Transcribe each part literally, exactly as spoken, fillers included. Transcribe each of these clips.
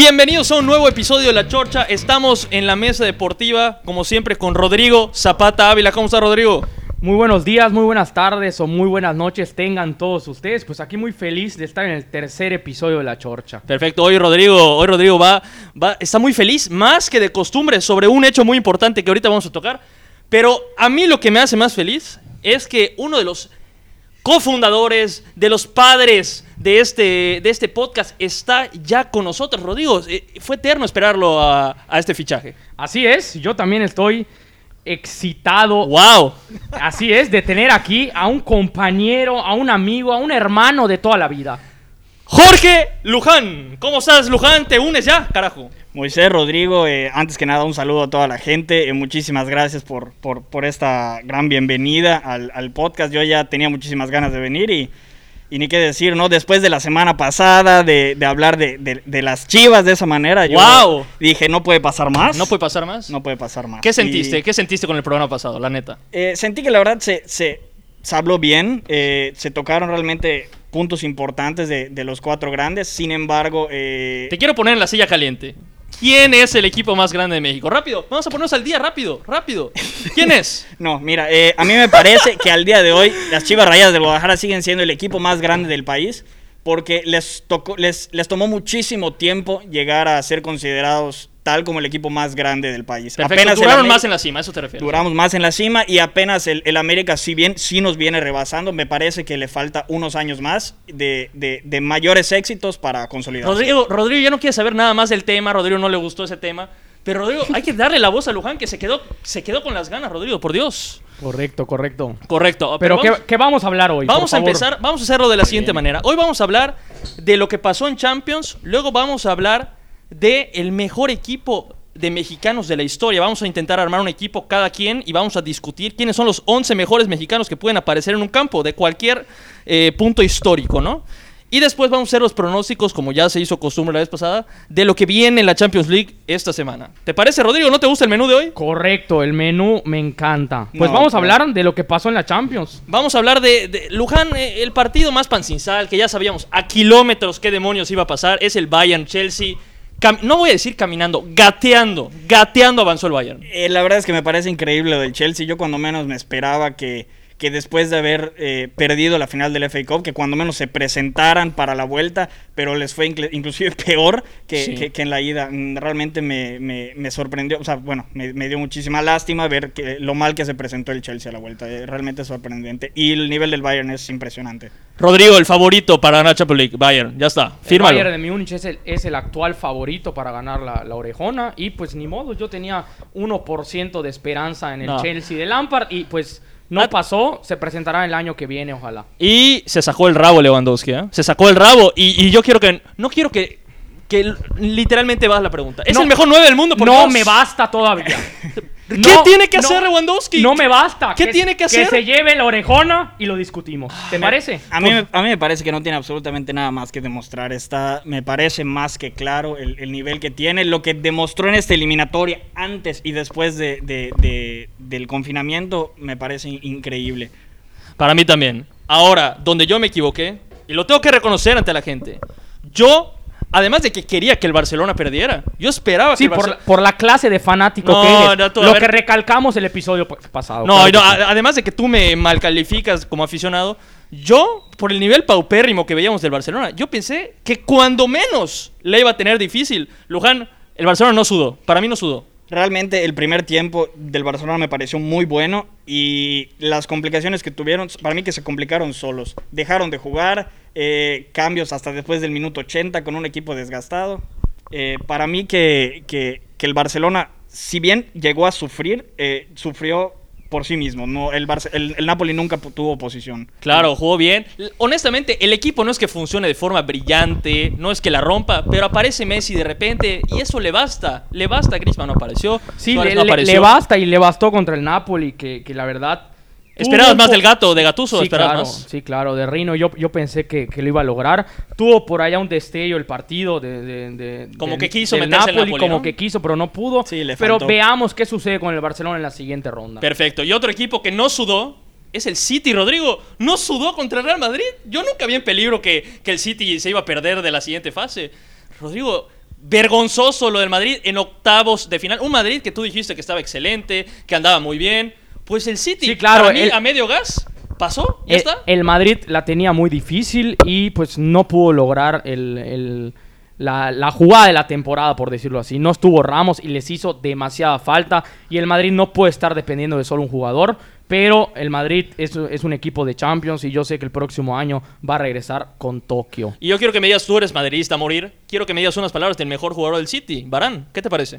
Bienvenidos a un nuevo episodio de La Chorcha. Estamos en la mesa deportiva, como siempre, con Rodrigo Zapata Ávila. ¿Cómo está, Rodrigo? Muy buenos días, muy buenas tardes o muy buenas noches tengan todos ustedes. Pues aquí muy feliz de estar en el tercer episodio de La Chorcha. Perfecto. Hoy Rodrigo, hoy Rodrigo va, va, está muy feliz, más que de costumbre, sobre un hecho muy importante que ahorita vamos a tocar. Pero a mí lo que me hace más feliz es que uno de los cofundadores, de los padres de este, de este podcast está ya con nosotros. Rodrigo, eh, fue eterno esperarlo a, a este fichaje. Así es, yo también estoy excitado. ¡Wow! Así es, de tener aquí a un compañero, a un amigo, a un hermano de toda la vida. Jorge Luján. ¿Cómo estás, Luján? ¿Te unes ya, carajo? Moisés, Rodrigo, eh, antes que nada un saludo a toda la gente, eh, muchísimas gracias por, por, por esta gran bienvenida al, al podcast. Yo ya tenía muchísimas ganas de venir y, y ni qué decir, ¿no? Después de la semana pasada de, de hablar de, de, de las Chivas de esa manera, yo ¡Wow! dije, no puede pasar más. ¿No puede pasar más? No puede pasar más. ¿Qué sentiste? Y, ¿Qué sentiste con el programa pasado, la neta? Eh, sentí que la verdad se, se, se habló bien, eh, se tocaron realmente puntos importantes de, de los cuatro grandes, sin embargo... Eh, Te quiero poner en la silla caliente. ¿Quién es el equipo más grande de México? Rápido, vamos a ponernos al día, rápido, rápido. ¿Quién es? No, mira, eh, a mí me parece que al día de hoy las Chivas Rayadas del Guadalajara siguen siendo el equipo más grande del país porque les, tocó, les, les tomó muchísimo tiempo llegar a ser considerados tal como el equipo más grande del país. Perfecto, apenas duraron América, más en la cima, ¿a eso te refieres? Duramos más en la cima y apenas el, el América, si bien sí nos viene rebasando, me parece que le falta unos años más de, de, de mayores éxitos para consolidarse. Rodrigo, Rodrigo ya no quiere saber nada más del tema, Rodrigo no le gustó ese tema, pero Rodrigo, hay que darle la voz a Luján, que se quedó, se quedó con las ganas, Rodrigo, por Dios. Correcto, correcto. Correcto. Pero, pero vamos, ¿qué, ¿qué vamos a hablar hoy? Vamos por a favor? empezar, vamos a hacerlo de la siguiente manera. Hoy vamos a hablar de lo que pasó en Champions, luego vamos a hablar de el mejor equipo de mexicanos de la historia. Vamos a intentar armar un equipo cada quien y vamos a discutir quiénes son los once mejores mexicanos que pueden aparecer en un campo de cualquier eh, punto histórico, ¿no? Y después vamos a hacer los pronósticos, como ya se hizo costumbre la vez pasada, de lo que viene en la Champions League esta semana. ¿Te parece, Rodrigo? ¿No te gusta el menú de hoy? Correcto, el menú me encanta. Pues No, vamos a no. hablar de lo que pasó en la Champions. Vamos a hablar de, de Luján, eh, el partido más pancinzal, que ya sabíamos a kilómetros qué demonios iba a pasar. Es el Bayern-Chelsea. Cam- no voy a decir caminando, gateando, gateando avanzó el Bayern. Eh, la verdad es que me parece increíble lo del Chelsea. Yo cuando menos me esperaba que, que después de haber eh, perdido la final del F A Cup, que cuando menos se presentaran para la vuelta, pero les fue incl- inclusive peor que, Sí. que, que en la ida. Mm, Realmente me, me, me sorprendió, o sea, bueno, me, me dio muchísima lástima ver que, lo mal que se presentó el Chelsea a la vuelta. Eh, realmente sorprendente. Y el nivel del Bayern es impresionante. Rodrigo, el favorito para ganar Champions League, Bayern, ya está, El fírmalo. Bayern de Múnich es el, es el actual favorito para ganar la, la orejona. Y pues ni modo, yo tenía uno por ciento de esperanza en el No. Chelsea de Lampard. Y pues no Ah. pasó, se presentará el año que viene, ojalá. Y se sacó el rabo Lewandowski, ¿eh? Se sacó el rabo y, y yo quiero que, no quiero que, que literalmente vas la pregunta. ¿Es No. el mejor nueve del mundo? Por No Dios? me basta todavía. ¿Qué No, tiene que no, hacer Lewandowski? No me basta. ¿Qué tiene que hacer? Que se lleve la orejona y lo discutimos. ¿Te parece? A mí, me- a mí me parece que no tiene absolutamente nada más que demostrar. Está, me parece más que claro el, el nivel que tiene, lo que demostró en esta eliminatoria antes y después de, de- de- del confinamiento, me parece in- increíble. Para mí también. Ahora, donde yo me equivoqué, y lo tengo que reconocer ante la gente, yo, además de que quería que el Barcelona perdiera, yo esperaba Sí, que el por Barcelona... la, por la clase de fanático No, que eres. no, tú, a lo ver. que recalcamos el episodio pa- pasado. No, claro no, que sí. a- además de que tú me malcalificas como aficionado, yo, por el nivel paupérrimo que veíamos del Barcelona, yo pensé que cuando menos le iba a tener difícil. Luján, el Barcelona no sudó, para mí no sudó. Realmente el primer tiempo del Barcelona me pareció muy bueno y las complicaciones que tuvieron, para mí que se complicaron solos. Dejaron de jugar, eh, cambios hasta después del minuto ochenta con un equipo desgastado. Eh, para mí que, que, que el Barcelona, si bien llegó a sufrir, eh, sufrió por sí mismo. No, el, Barce- el, el Napoli nunca pu- tuvo oposición. Claro, jugó bien. L- Honestamente, el equipo no es que funcione de forma brillante, no es que la rompa, pero aparece Messi de repente y eso le basta. Le basta, Griezmann no apareció, Sí, Suárez le, no le- apareció. le basta y le bastó contra el Napoli, que, que la verdad... ¿Esperabas tuvo más un del po- gato, de Gattuso? Sí, ¿Esperabas claro, más? sí, claro, de Rino. Yo, yo pensé que, que lo iba a lograr. Tuvo por allá un destello el partido de, de, de- Como del- que quiso del meterse el Napoli, Napoli, como ¿no? que quiso, pero no pudo. Sí, le pero faltó. veamos qué sucede con el Barcelona en la siguiente ronda. Perfecto. Y otro equipo que no sudó es el City, Rodrigo. No sudó contra el Real Madrid. Yo nunca vi en peligro que, que el City se iba a perder de la siguiente fase. Rodrigo, vergonzoso lo del Madrid en octavos de final. Un Madrid que tú dijiste que estaba excelente, que andaba muy bien. Pues el City, Sí, claro, para mí, el- a medio gas, pasó, ya El, está. el Madrid la tenía muy difícil y pues no pudo lograr el, el- la, la jugada de la temporada, por decirlo así. No estuvo Ramos y les hizo demasiada falta. Y el Madrid no puede estar dependiendo de solo un jugador. Pero el Madrid es, es un equipo de Champions y yo sé que el próximo año va a regresar con Tokio. Y yo quiero que me digas, tú eres madridista a morir. Quiero que me digas unas palabras del mejor jugador del City, Varane. ¿Qué te parece?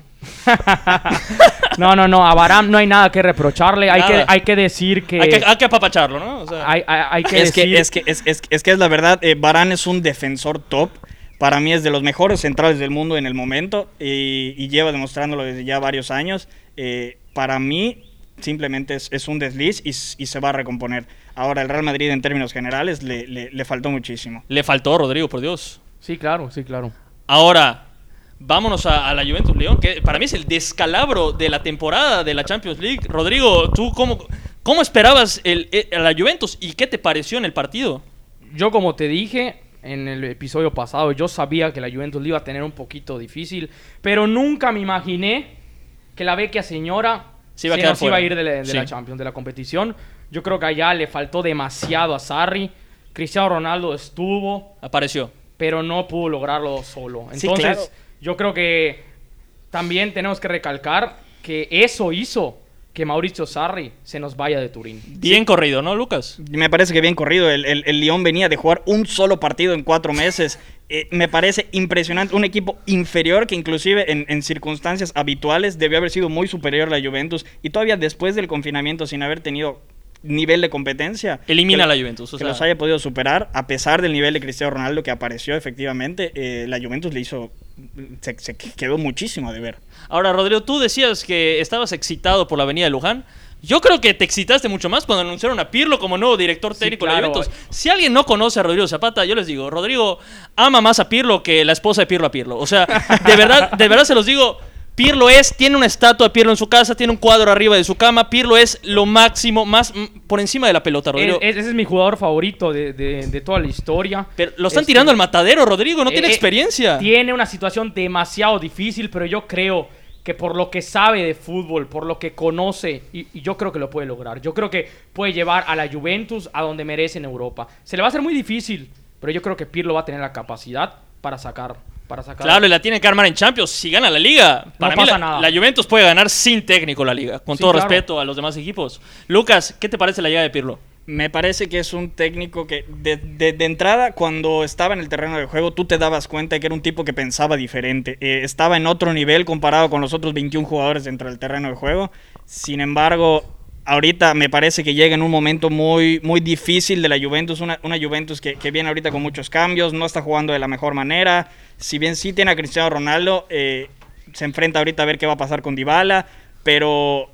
No, no, no. A Varane no hay nada que reprocharle. Hay que, Nada. hay que decir que... Hay que, hay que apapacharlo, ¿no? O sea, hay, hay- hay que Es que, decir... es, que, es, es- es que es la verdad, eh, Varane es un defensor top. Para mí es de los mejores centrales del mundo en el momento y, y lleva demostrándolo desde ya varios años. Eh, para mí simplemente es, es un desliz y, s- y se va a recomponer. Ahora el Real Madrid en términos generales le, le- le faltó muchísimo. le faltó, Rodrigo, por Dios. Sí, claro, sí, claro. Ahora, vámonos a, a la Juventus León, que para mí es el descalabro de la temporada de la Champions League. Rodrigo, ¿tú cómo, cómo esperabas el, el- a la Juventus y qué te pareció en el partido? Yo, como te dije en el episodio pasado, yo sabía que la Juventus le iba a tener un poquito difícil, pero nunca me imaginé que la vecchia señora Se iba a quedar nos iba a fuera. ir de, la, de Sí. la Champions, de la competición. Yo creo que allá le faltó demasiado a Sarri. Cristiano Ronaldo estuvo, Apareció. pero no pudo lograrlo solo. Sí, Entonces, claro. yo creo que también tenemos que recalcar que eso hizo que Mauricio Sarri se nos vaya de Turín. Bien corrido, ¿no, Lucas? Me parece que bien corrido. El, el, el Lyon venía de jugar un solo partido en cuatro meses. Eh, me parece impresionante. Un equipo inferior que inclusive en, en circunstancias habituales debió haber sido muy superior a la Juventus. Y todavía después del confinamiento, sin haber tenido nivel de competencia, Elimina que- a la Juventus. O que sea, los haya podido superar, a pesar del nivel de Cristiano Ronaldo que apareció efectivamente, eh, la Juventus le hizo, se, se quedó muchísimo de ver. Ahora, Rodrigo, tú decías que estabas excitado por la avenida de Luján. Yo creo que te excitaste mucho más cuando anunciaron a Pirlo como nuevo director Sí, técnico de claro. la Juventus. Si alguien no conoce a Rodrigo Zapata, yo les digo, Rodrigo ama más a Pirlo que la esposa de Pirlo a Pirlo. O sea, de verdad, de verdad se los digo, Pirlo es, tiene una estatua de Pirlo en su casa, tiene un cuadro arriba de su cama. Pirlo es lo máximo, más mm, por encima de la pelota, Rodrigo. Es- ese es mi jugador favorito de, de- de toda la historia. Pero lo están Este, tirando al matadero, Rodrigo, no eh, tiene eh, experiencia. Tiene una situación demasiado difícil, pero yo creo que por lo que sabe de fútbol, por lo que conoce, y, y yo creo que lo puede lograr. Yo creo que puede llevar a la Juventus a donde merece en Europa. Se le va a hacer muy difícil, pero yo creo que Pirlo va a tener la capacidad para sacar. Para sacar. Claro, y la tiene que armar en Champions si gana la Liga. Para mí pasa la, nada. la Juventus puede ganar sin técnico la Liga, con Sí, todo claro. respeto a los demás equipos. Lucas, ¿qué te parece la llegada de Pirlo? Me parece que es un técnico que de, de- de entrada, cuando estaba en el terreno de juego, tú te dabas cuenta que era un tipo que pensaba diferente. Eh, estaba en otro nivel comparado con los otros veintiún jugadores dentro del terreno de juego. Sin embargo, ahorita me parece que llega en un momento muy, muy difícil de la Juventus. Una, una Juventus que, que viene ahorita con muchos cambios, no está jugando de la mejor manera. Si bien sí tiene a Cristiano Ronaldo, eh, se enfrenta ahorita a ver qué va a pasar con Dybala, pero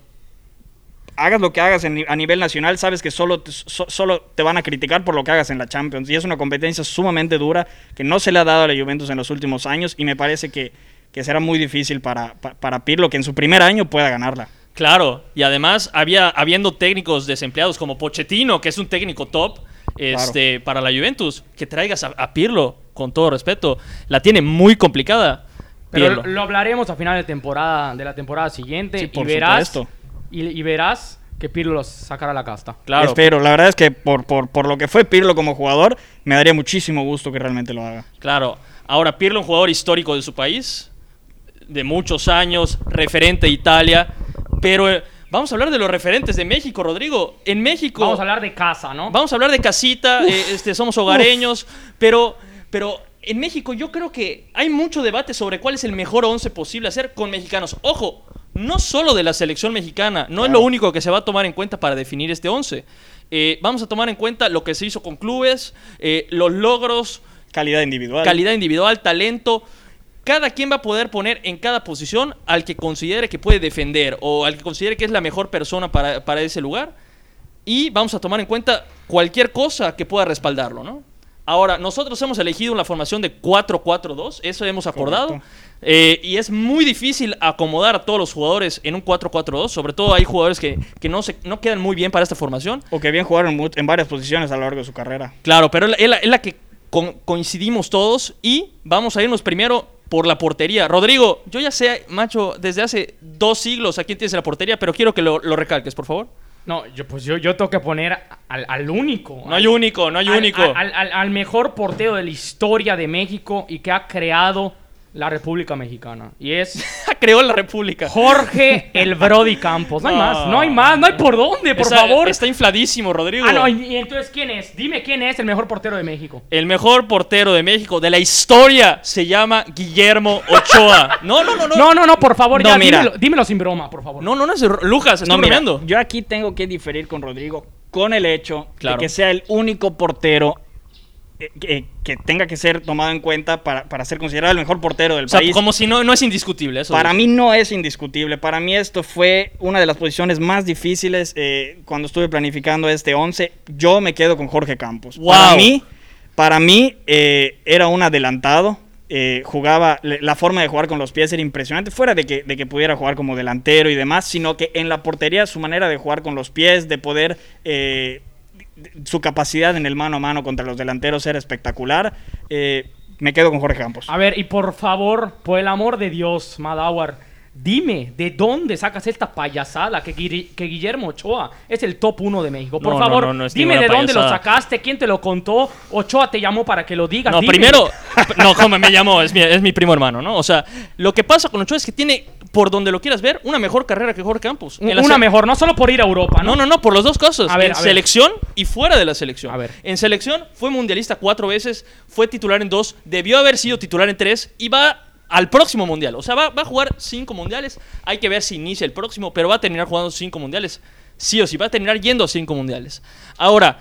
hagas lo que hagas en- a nivel nacional, sabes que solo te, so- solo te van a criticar por lo que hagas en la Champions. Y es una competencia sumamente dura que no se le ha dado a la Juventus en los últimos años y me parece que, que será muy difícil para, pa- para Pirlo que en su primer año pueda ganarla. Claro, y además había habiendo técnicos desempleados como Pochettino, que es un técnico top este, para la Juventus, que traigas a, a Pirlo, con todo respeto, la tiene muy complicada. Pero Pirlo. lo hablaremos a final de temporada, de la temporada siguiente, Sí, y por verás supuesto. y, y verás que Pirlo los sacará a la casta. Claro, Espero, la verdad es que por, por, por lo que fue Pirlo como jugador, me daría muchísimo gusto que realmente lo haga. claro. Ahora, Pirlo, un jugador histórico de su país, de muchos años, referente de Italia, pero eh, vamos a hablar de los referentes de México, Rodrigo. En México... Vamos a hablar de casa, ¿no? Vamos a hablar de casita, eh, este, somos hogareños, pero, pero en México yo creo que hay mucho debate sobre cuál es el mejor once posible hacer con mexicanos. Ojo, no solo de la selección mexicana, no es Claro. lo único que se va a tomar en cuenta para definir este once. Eh, vamos a tomar en cuenta lo que se hizo con clubes, eh, los logros, Calidad individual. calidad individual, talento. Cada quien va a poder poner en cada posición al que considere que puede defender o al que considere que es la mejor persona para, para ese lugar. Y vamos a tomar en cuenta cualquier cosa que pueda respaldarlo, ¿no? Ahora, nosotros hemos elegido una formación de cuatro cuatro dos, eso hemos acordado. Correcto. Eh, y es muy difícil acomodar a todos los jugadores en un cuatro cuatro dos. Sobre todo hay jugadores que, que no, se, no quedan muy bien para esta formación. O que bien jugaron mu- en varias posiciones a lo largo de su carrera. Claro, pero es la, es la- es la que con- coincidimos todos y vamos a irnos primero por la portería. Rodrigo, yo ya sé, macho, desde hace dos siglos a quién tienes en la portería, pero quiero que lo, lo recalques, por favor. No, yo, pues yo, yo tengo que poner al, al único. No hay único, no hay al, único. Al, al, al mejor portero de la historia de México y que ha creado la República Mexicana. Y es... Creó la República. Jorge el Brody Campos. No hay No. más, no hay más, no hay por dónde, por Está- favor. Está infladísimo, Rodrigo. Ah, no, y, y entonces, ¿quién es? Dime quién es el mejor portero de México. El mejor portero de México, de la historia, se llama Guillermo Ochoa. No, no, no, no. No, no, no, por favor, No, ya, mira. dímelo, dímelo sin broma, por favor. No, no, no es Lucas, estoy No, mira, bromeando. yo aquí tengo que diferir con Rodrigo con el hecho Claro. de que sea el único portero eh, que, que tenga que ser tomado en cuenta para, para ser considerado el mejor portero del O sea, país. como si no, no es indiscutible eso. Para mí no es indiscutible. Para mí esto fue una de las posiciones más difíciles eh, cuando estuve planificando este once. Yo me quedo con Jorge Campos. Wow. Para mí, para mí eh, era un adelantado. Eh, jugaba, le- la forma de jugar con los pies era impresionante, fuera de que, de que pudiera jugar como delantero y demás, sino que en la portería su manera de jugar con los pies, de poder, eh, de- su capacidad en el mano a mano contra los delanteros era espectacular. Eh, me quedo con Jorge Campos. A ver, y por favor, por el amor de Dios, Madawar, dime, ¿de dónde sacas esta payasada que, Guiri- que Guillermo Ochoa es el top uno de México? Por No, no, favor, no, no es dime de ninguna dónde lo payasada. sacaste, quién te lo contó. Ochoa te llamó para que lo digas. No, dime. primero, no, como me llamó, es mi, es mi primo hermano, ¿no? O sea, lo que pasa con Ochoa es que tiene, por donde lo quieras ver, una mejor carrera que Jorge Campos. En la Una se- mejor, no solo por ir a Europa, ¿no? No, no, no, por los dos casos. A ver, en a ver. selección y fuera de la selección. A ver. En selección fue mundialista cuatro veces, fue titular en dos, debió haber sido titular en tres y va al próximo mundial. O sea, va, va a jugar cinco mundiales. Hay que ver si inicia el próximo, pero va a terminar jugando cinco mundiales. Sí o sí, va a terminar yendo a cinco mundiales. Ahora,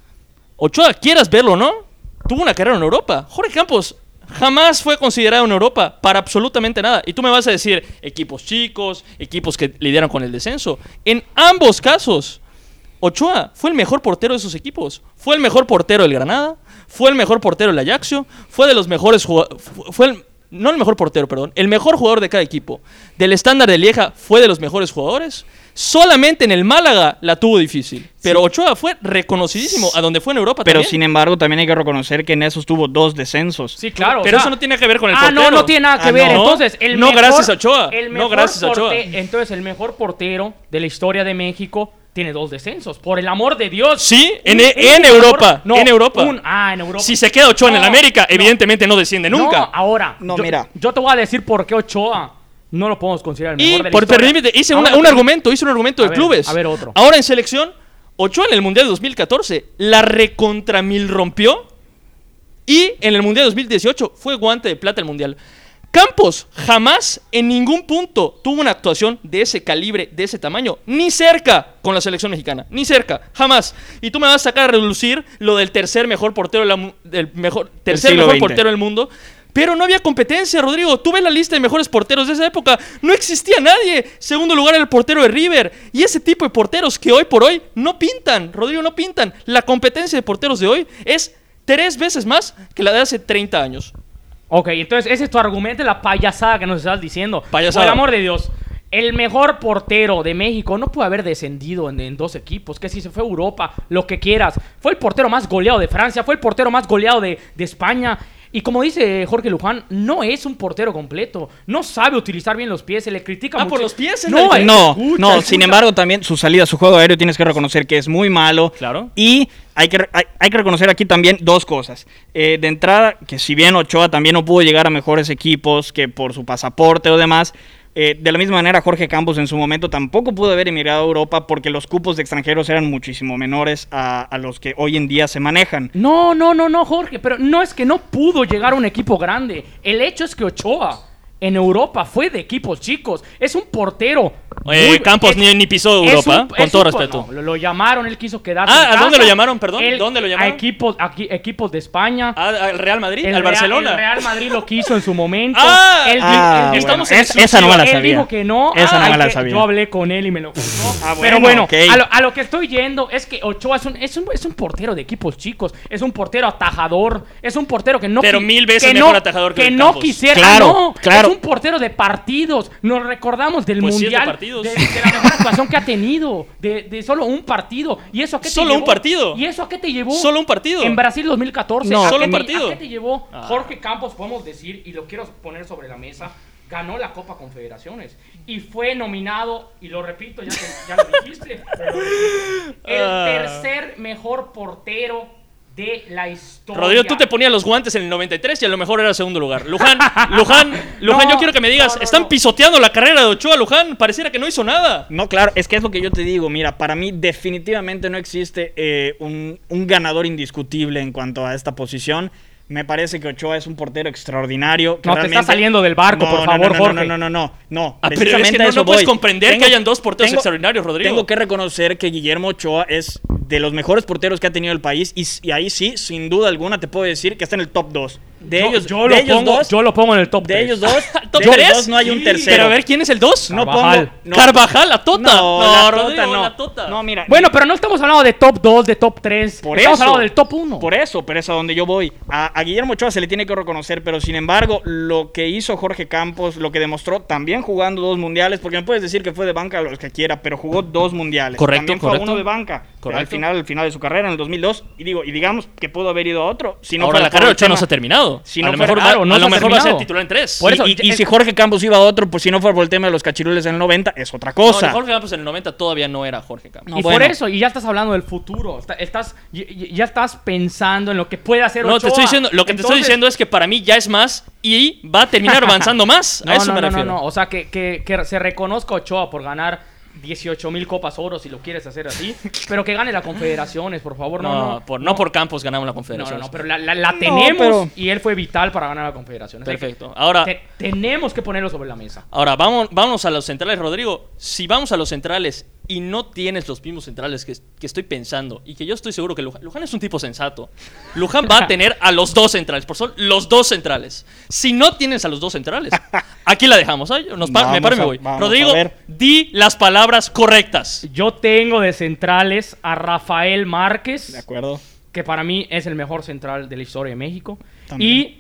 Ochoa, quieras verlo o no, tuvo una carrera en Europa. Jorge Campos jamás fue considerado en Europa para absolutamente nada. Y tú me vas a decir, equipos chicos, equipos que lidiaron con el descenso. En ambos casos, Ochoa fue el mejor portero de esos equipos. Fue el mejor portero del Granada, fue el mejor portero del Ajaxio, fue de los mejores jugadores, fue el, no el mejor portero, perdón, el mejor jugador de cada equipo. Del Estándar de Lieja fue de los mejores jugadores. Solamente en el Málaga la tuvo difícil. Pero Sí. Ochoa fue reconocidísimo a donde fue en Europa Pero también. sin embargo, también hay que reconocer que en esos tuvo dos descensos. Sí, claro. Pero o sea, eso no tiene que ver con el ah, portero. no, no tiene nada que Ah, ver. no. Entonces, el No, mejor, gracias a Ochoa. el No, mejor gracias a Ochoa. porte- Entonces, el mejor portero de la historia de México tiene dos descensos. Por el amor de Dios. Sí, en, Un- en un Europa. jugador- no, en Europa. un- ah, en Europa. Si se queda Ochoa en el No, América, no. evidentemente no desciende nunca. No, ahora. No, yo, mira. Yo te voy a decir por qué Ochoa no lo podemos considerar el Y mejor de la por historia. permíteme, hice Ahora una- un te- argumento, hice un argumento A de ver, clubes. a ver, otro. Ahora en selección, Ochoa en el Mundial de dos mil catorce la recontra mil rompió. Y en el Mundial de dos mil dieciocho fue guante de plata el Mundial. Campos jamás en ningún punto tuvo una actuación de ese calibre, de ese tamaño, ni cerca con la selección mexicana, ni cerca, jamás. Y tú me vas a sacar a relucir lo del tercer mejor portero de la mu- del mejor tercer siglo mejor veinte. portero del mundo. Pero no había competencia, Rodrigo. Tú ves la lista de mejores porteros de esa época. No existía nadie. Segundo lugar era el portero de River. Y ese tipo de porteros que hoy por hoy no pintan, Rodrigo, no pintan. La competencia de porteros de hoy es tres veces más que la de hace treinta años. Ok, entonces ese es tu argumento, la payasada que nos estás diciendo. Payasada. Por el amor de Dios. El mejor portero de México no puede haber descendido en, en dos equipos. Que si se fue a Europa, lo que quieras. Fue el portero más goleado de Francia, fue el portero más goleado de, de España. Y como dice Jorge Luján, no es un portero completo. No sabe utilizar bien los pies, se le critica Ah, mucho. por los pies es No, la- eh, No, escucha, no, escucha. sin embargo también su salida, su juego aéreo tienes que reconocer que es muy malo. Claro. Y hay que, re- hay, hay que reconocer aquí también dos cosas. Eh, de entrada, que si bien Ochoa también no pudo llegar a mejores equipos que por su pasaporte o demás, eh, de la misma manera Jorge Campos en su momento tampoco pudo haber emigrado a Europa porque los cupos de extranjeros eran muchísimo menores a, a los que hoy en día se manejan. No, no, no, no, Jorge, pero no es que no pudo llegar a un equipo grande. El hecho es que Ochoa en Europa fue de equipos chicos. Es un portero. Eh, muy- Campos es- ni, ni pisó es Europa, un- con es todo un- respeto. no, lo, lo llamaron, él quiso quedarse. Ah, en ¿a casa. dónde lo llamaron? Perdón, Él- ¿dónde lo llamaron? A equipos, aquí, equipos de España. Ah, ¿Al Real Madrid? El ¿Al Real- Barcelona? El Real Madrid lo quiso en su momento. Ah, él, ah, él- estamos bueno, en es- exclusiva. esa no me la él sabía. dijo que no. Esa no Ay, me la que sabía. Yo hablé con él y me lo contó. Ah, Pero bueno, bueno, ok. a, lo, a lo que estoy yendo es que Ochoa es un, es, un, es un portero de equipos chicos. Es un portero atajador. Es un portero que no Pero qui- mil veces que mejor no, atajador que que el no Campos. quisiera. Claro, ah, no, claro. Es un portero de partidos. Nos recordamos del Pues sí es de Mundial. partidos. De, de la mejor actuación que ha tenido. De, de solo un partido. ¿Y eso a qué te ¿Solo llevó? un partido? ¿Y eso a qué te llevó? Solo un partido. En Brasil dos mil catorce. No, ¿a solo qué un te- partido. ¿A qué te llevó? Ah. Jorge Campos, podemos decir, y lo quiero poner sobre la mesa, ganó la Copa Confederaciones. Y fue nominado, y lo repito, ya, te- ya lo dijiste, pero lo repito, el Ah. tercer mejor portero de la historia. Rodrigo, tú te ponías los guantes en el noventa y tres y a lo mejor era segundo lugar. Luján, Luján, Luján, No, yo quiero que me digas, no, no, ¿están no. pisoteando la carrera de Ochoa, Luján? Pareciera que no hizo nada. No, claro, es que es lo que yo te digo. Mira, para mí definitivamente no existe eh, un, un ganador indiscutible en cuanto a esta posición. Me parece que Ochoa es un portero extraordinario. que No, te realmente- estás saliendo del barco, No, por no, favor, no, no, Jorge. No, no, no, no, no. Ah, pero es precisamente que no- a eso no puedes voy. comprender que hayan dos porteros extraordinarios, Rodrigo. Tengo que reconocer que Guillermo Ochoa es de los mejores porteros que ha tenido el país y, y ahí sí, sin duda alguna, te puedo decir que está en el top dos. De yo, ellos, yo de lo ellos pongo, dos, yo lo pongo en el top de tres. ellos dos, ¿Top de ellos tres? dos no hay un Sí. tercero. Pero a ver, ¿quién es el dos? no Carvajal. pongo, no. Carvajal, la Tota. No, No, la Rodrigo, Tota no. la Tota. No, mira. Bueno, pero no estamos hablando de top dos, de top tres. Por estamos eso, hablando del top uno. Por eso, pero es a donde yo voy. A, a Guillermo Ochoa se le tiene que reconocer, pero sin embargo, lo que hizo Jorge Campos, lo que demostró también jugando dos mundiales, porque me puedes decir que fue de banca los que quiera, pero jugó dos mundiales. Correcto, También fue correcto. uno de banca. Correcto. Al final, al final de su carrera, en el dos mil dos, y digo, y digamos que pudo haber ido a otro. Si no Ahora fuera la por carrera de el Ochoa no tema- se ha terminado. Si a no lo fuera- mejor, va, claro, no a se lo ha mejor va a ser terminado. titular en tres. Por eso- y, y- y es- si Jorge Campos iba a otro, pues si no fuera por el tema de los cachirules en el noventa, es otra No, cosa. Jorge Campos en el noventa todavía no era Jorge Campos. No, y bueno. por eso, y ya estás hablando del futuro. Está- Estás, y- y- ya estás pensando en lo que puede hacer No, Ochoa. te estoy diciendo, lo que te estoy Entonces- diciendo es que para mí ya es más y va a terminar avanzando más. No, a eso no, me no, refiero. no, no. O sea, que, que, que se reconozca a Ochoa por ganar dieciocho mil copas oro, si lo quieres hacer así. Pero que gane la Confederaciones, por favor. No, No, no. por, no por Campos ganamos la No, Confederación. no, no, pero la, la- la No, tenemos pero- y él fue vital para ganar la Confederación. Perfecto. Ahora, Te- tenemos que ponerlo sobre la mesa. ahora vamos, vámonos a los centrales, Rodrigo. Si vamos a los centrales y no tienes los mismos centrales que, que estoy pensando y que yo estoy seguro que Luján, Luján es un tipo sensato. Luján va a tener a los dos centrales, por son los dos centrales. Si no tienes a los dos centrales, aquí la dejamos. Ay, nos pa- me Vamos paro y me a- voy. vamos Rodrigo, a ver. di las palabras correctas. Yo tengo de centrales a Rafael Márquez, De acuerdo. que para mí es el mejor central de la historia de México. También. Y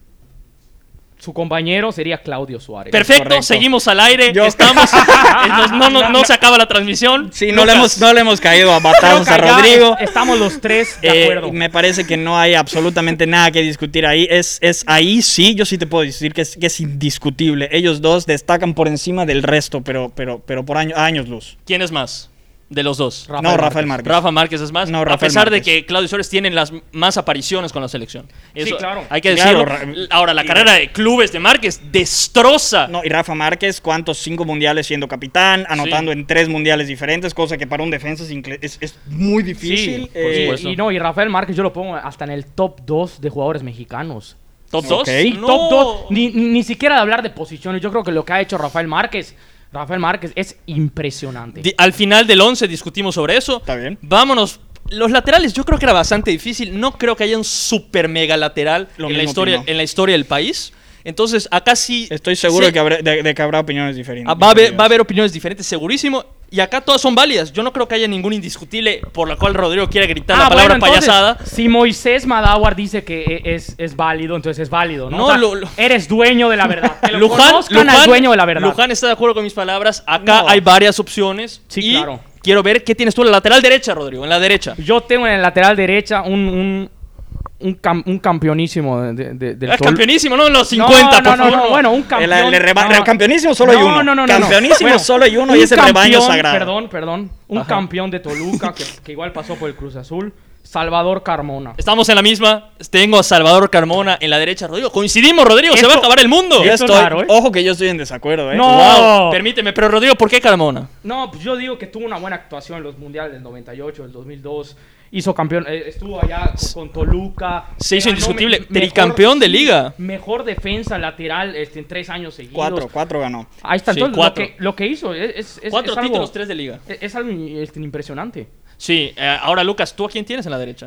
su compañero sería Claudio Suárez. Perfecto, correcto. seguimos al aire. Yo- Estamos. Entonces, no, no, no se acaba la transmisión. Sí, no le, Lucas. hemos, no le hemos caído a Creo batazos que a allá Rodrigo. es- estamos los tres de Eh, acuerdo. me parece que no hay absolutamente nada que discutir ahí. Es, es ahí sí, yo sí te puedo decir que es, que es indiscutible. Ellos dos destacan por encima del resto, pero, pero, pero por año- años luz. ¿Quién es más de los dos? Rafael no, Márquez. Rafael Márquez. Rafa Márquez es más, No, a Rafael pesar de Márquez. que Claudio Suárez tiene las más apariciones con la selección. Eso claro. hay que Claro, decirlo. Ra- Ahora, la y- carrera de clubes de Márquez destroza. No, y Rafa Márquez, ¿cuántos? Cinco mundiales siendo capitán, anotando Sí. en tres mundiales diferentes, cosa que para un defensa es, incre- es, es muy difícil. Sí, por Eh, supuesto. y no, y Rafael Márquez yo lo pongo hasta en el top dos de jugadores mexicanos. ¿Top dos? Ok. No. Top dos, ni, ni siquiera de hablar de posiciones. Yo creo que lo que ha hecho Rafael Márquez, Rafael Márquez es impresionante. Di- Al final del once discutimos sobre eso. Está bien. Vámonos. Los laterales yo creo que era bastante difícil. No creo que haya un super mega lateral Lo en la, mismo historia, opino. en la historia del país. Entonces, acá sí... Estoy seguro sí- de, que habrá, de, de que habrá opiniones diferentes. Ah, Va a, haber, va a haber opiniones diferentes, segurísimo. Y acá todas son válidas. Yo no creo que haya ningún indiscutible por la cual Rodrigo quiera gritar la palabra Ah, bueno, entonces, payasada. si Moisés Madawar dice que e- es, es válido, entonces es válido, ¿no? No, O sea, lo- lo- eres dueño de la verdad. Que lo Luján, conozcan al Luján- dueño de la verdad. Luján está de acuerdo con mis palabras. Acá No. hay varias opciones. Sí, y claro. quiero ver qué tienes tú en la lateral derecha, Rodrigo. En la derecha. Yo tengo en el lateral derecha un, un, un, cam- un campeonísimo de, de- de- del Es Tol- campeonísimo, no en los No, cincuenta, no, por no, favor. no, bueno, un campeón. El, el reba- no. el campeonísimo solo hay No, uno. no, no, no, no. Campeonísimo Bueno, solo hay uno y un es el rebaño campeón, sagrado. Perdón, perdón. Un Ajá. campeón de Toluca que, que igual pasó por el Cruz Azul. Salvador Carmona. Estamos en la misma. Tengo a Salvador Carmona en la derecha, Rodrigo. Coincidimos, Rodrigo. se Esto- va a acabar el mundo. Yo Esto es estoy, raro, ¿eh? Ojo que yo estoy en desacuerdo, ¿eh? No. Wow. Permíteme, pero Rodrigo, ¿por qué Carmona? No, pues yo digo que tuvo una buena actuación en los mundiales del noventa y ocho, del dos mil dos. Hizo campeón, eh, estuvo allá con, con Toluca. Se hizo Ganó indiscutible. me- Tricampeón de sí, liga. Mejor defensa lateral este, en tres años seguidos. Cuatro, cuatro ganó. Ahí está. Sí, Entonces, cuatro. Lo, que, lo que hizo es, es, es- Cuatro es algo, títulos, tres de liga. es, es algo este, impresionante. Sí, eh, ahora Lucas, ¿tú a quién tienes en la derecha?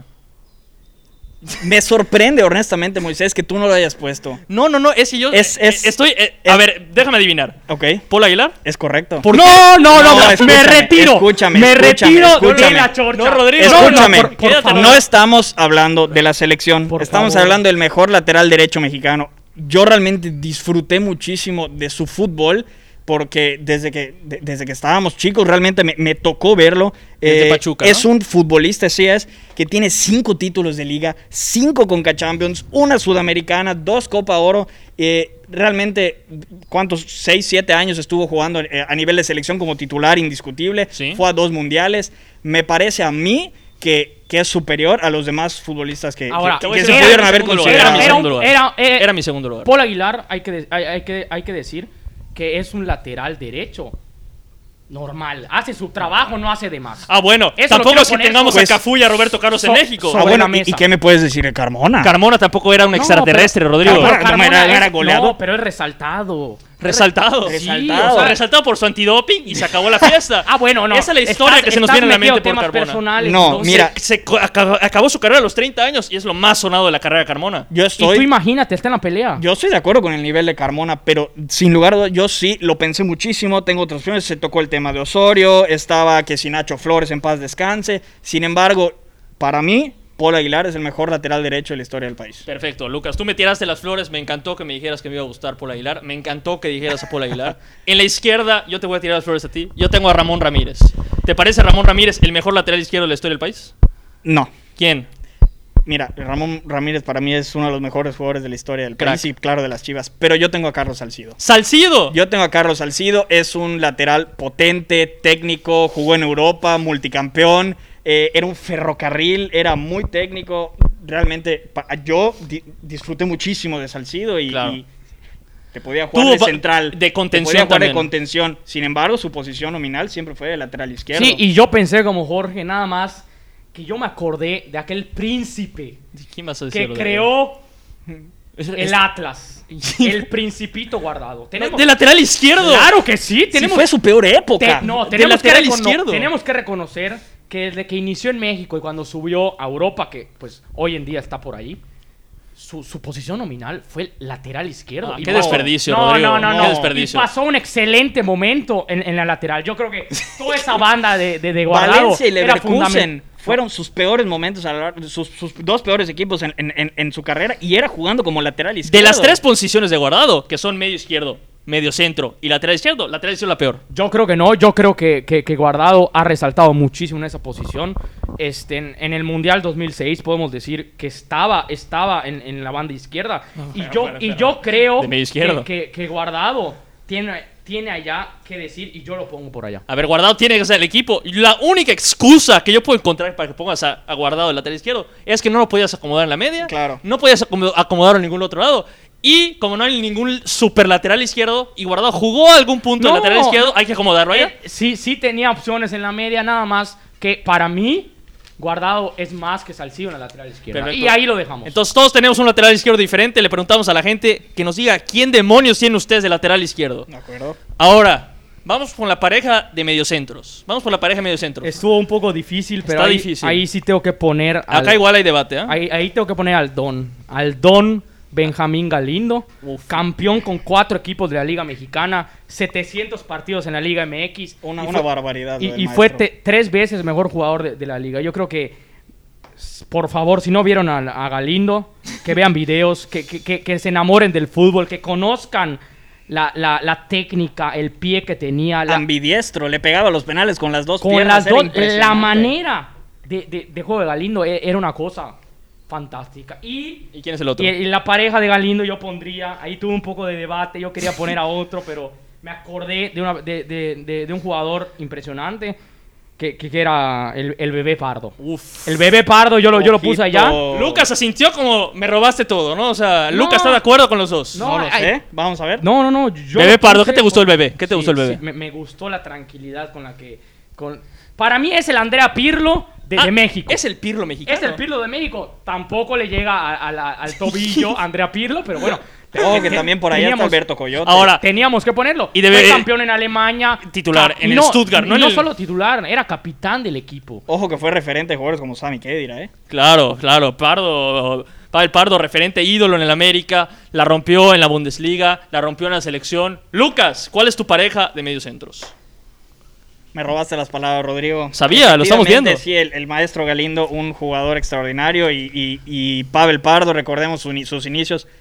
Me sorprende, honestamente, Moisés, que tú no lo hayas puesto. No, no, no, es que yo Es- eh, es- estoy... eh, es- a ver, déjame adivinar. ¿Ok? ¿Paul Aguilar? Es correcto. ¿Por no, no, no, No, me escúchame, retiro. escúchame, me escúchame, retiro escúchame. de la chorcha. No, Rodrigo, Escúchame, No, no, por- por quédate, favor. no estamos hablando de la selección. Por Estamos favor. hablando del mejor lateral derecho mexicano. yo realmente disfruté muchísimo de su fútbol, porque desde que, de, desde que estábamos chicos realmente me, me tocó verlo. Desde Pachuca, es ¿no? un futbolista, sí es, que tiene cinco títulos de liga, cinco Conca Champions, una Sudamericana, dos Copa Oro. Eh, realmente, ¿cuántos? seis, siete años estuvo jugando eh, a nivel de selección como titular indiscutible. Sí. Fue a dos mundiales. Me parece a mí que, que es superior a los demás futbolistas que, Ahora, que, voy a que decir, se era pudieron mi haber segundo lugar, considerado. era mi Era un- segundo lugar. era- eh, Era mi segundo lugar. Paul Aguilar, hay que, de- hay, hay que, hay que decir que es un lateral derecho. Normal. Hace su trabajo, no hace de más. Ah, bueno, Eso lo tampoco quiero es que poner tengamos sobre- a Cafú y a Roberto Carlos so- en México. sobre Ah, bueno, la ¿y, mesa. ¿y qué me puedes decir de Carmona? Carmona tampoco era un No, extraterrestre, pero- Rodrigo. Carmona- Pero Carmona era- era es- goleador. No, pero es resaltado. Resaltado. Sí, Resaltado. O sea, resaltado por su antidoping y se acabó la fiesta. Ah, bueno, no. Esa es la historia Estás- que se nos estás viene a la metido mente por temas Carmona. personales, No, entonces- mira. Se, se co- acabó, acabó su carrera a los treinta años y es lo más sonado de la carrera de Carmona. Yo Y tú estoy... imagínate, está en la pelea. Yo estoy de acuerdo con el nivel de Carmona, pero sin lugar a dudas, yo sí lo pensé muchísimo. Tengo otras opciones. Se tocó el tema de Osorio, estaba que si Nacho Flores en paz descanse. Sin embargo, para mí, Paul Aguilar es el mejor lateral derecho de la historia del país. Perfecto, Lucas. Tú me tiraste las flores. Me encantó que me dijeras que me iba a gustar Paul Aguilar. Me encantó que dijeras a Paul Aguilar. En la izquierda, yo te voy a tirar las flores a ti. Yo tengo a Ramón Ramírez. ¿Te parece Ramón Ramírez el mejor lateral izquierdo de la historia del país? No. ¿Quién? Mira, Ramón Ramírez para mí es uno de los mejores jugadores de la historia del Crack. país y claro de las Chivas. Pero yo tengo a Carlos Salcido. ¡Salcido! Yo tengo a Carlos Salcido, es un lateral potente, técnico, jugó en Europa, multicampeón, eh, era un ferrocarril, era muy técnico. Realmente, pa- yo di- disfruté muchísimo de Salcido y, Claro. y te podía jugar Tuvo de pa- central, de te contención podía jugar también. de contención. Sin embargo, su posición nominal siempre fue de lateral izquierdo. Sí, y yo pensé como Jorge, nada más, que yo me acordé de aquel príncipe ¿Quién vas a decir? que Rodrigo? creó Es- el es- Atlas. El principito guardado. Tenemos... ¿De lateral izquierdo? Claro que sí, Sí, tenemos... fue su peor Te- época. no, de tenemos que, lateral recono- izquierdo. tenemos que reconocer que desde que inició en México y cuando subió a Europa, que pues hoy en día está por ahí, su, su posición nominal fue el lateral izquierdo. Ah, Y qué pasó- desperdicio, no, Rodrigo. No, no, no. Qué desperdicio. Y pasó un excelente momento en, en la lateral. Yo creo que toda esa banda de, de, de Guardado Valencia y era Leverkusen fundamental. fueron sus peores momentos, a lo largo- sus, sus dos peores equipos en, en- en- en su carrera y era jugando como lateral De izquierdo. las tres posiciones de Guardado, que son medio izquierdo, medio centro y lateral izquierdo, lateral izquierdo es la peor. Yo creo que no, yo creo que, que, que Guardado ha resaltado muchísimo en esa posición. Este, en, en el Mundial dos mil seis podemos decir que estaba, estaba en, en la banda izquierda. y pero, yo, pero, y pero, yo creo de medio izquierdo. que, que, que Guardado tiene, tiene allá que decir y yo lo pongo por allá. A ver, Guardado tiene que ser el equipo. Y la única excusa que yo puedo encontrar para que pongas a, a Guardado el lateral izquierdo es que no lo podías acomodar en la media. Claro. No podías acomo- acomodarlo en ningún otro lado. Y como no hay ningún super lateral izquierdo y Guardado jugó a algún punto No, del lateral izquierdo, hay que acomodarlo allá. Eh, sí, sí tenía opciones en la media, nada más que para mí Guardado es más que Salcido en la lateral izquierda. Perfecto. Y ahí lo dejamos. Entonces todos tenemos un lateral izquierdo diferente. Le preguntamos a la gente que nos diga quién demonios tienen ustedes de lateral izquierdo. De acuerdo. Ahora, vamos con la pareja de mediocentros. Vamos por la pareja de mediocentros. Estuvo un poco difícil, pero Está ahí, difícil. ahí sí tengo que poner al- Acá igual hay debate, ¿eh? Ahí, ahí tengo que poner al Don. Al Don Benjamín Galindo. Uf. Campeón con cuatro equipos de la Liga Mexicana. setecientos partidos en la Liga M X. Una, y una fue, barbaridad. y, lo del y fue maestro. te- tres veces mejor jugador de, de la Liga. Yo creo que, s- por favor, si no vieron a, a Galindo, que vean videos, que, que- que- que se enamoren del fútbol, que conozcan la, la- la técnica, el pie que tenía. La, Ambidiestro, le pegaba los penales con las dos con piernas. las era dos, la impresionante. manera de, de- de juego de Galindo e- era una cosa fantástica. Y, ¿Y quién es el otro? y, y la pareja de Galindo yo pondría, ahí tuve un poco de debate, yo quería poner a otro, pero me acordé de, una, de, de- de- de un jugador impresionante que, que- que era el, el Bebé Pardo. Uf. El Bebé Pardo yo lo, yo lo puse allá. Ojito. Lucas se sintió como me robaste todo, ¿no? O sea, No. Lucas está de acuerdo con los dos. No, No lo ay, sé. Vamos a ver. No, no, no. Yo Bebé lo Pardo, puse ¿qué te gustó el por- Bebé? ¿Qué te Sí, gustó el Bebé? sí, me, me gustó la tranquilidad con la que... Con... Para mí es el Andrea Pirlo de, de Ah, México. Es el Pirlo mexicano. Es el Pirlo de México. Tampoco le llega a- a la- al tobillo a Andrea Pirlo, pero bueno. Oh, que te- también por allá está teníamos- Alberto Coyote. Ahora, Teníamos que ponerlo. Y debe- Fue campeón en Alemania. Titular, Cap- en y el Stuttgart, no Y en no el- solo titular, era capitán del equipo. Ojo que fue referente de jugadores como Sami Khedira, ¿eh? Claro, claro. Pardo, Pavel Pardo, referente ídolo en el América. La rompió en la Bundesliga, la rompió en la selección. Lucas, ¿cuál es tu pareja de mediocentros? Me robaste las palabras, Rodrigo. Sabía, lo estamos viendo. Efectivamente, Sí, el, el maestro Galindo, un jugador extraordinario. Y, y, y Pavel Pardo, recordemos su ini- sus inicios.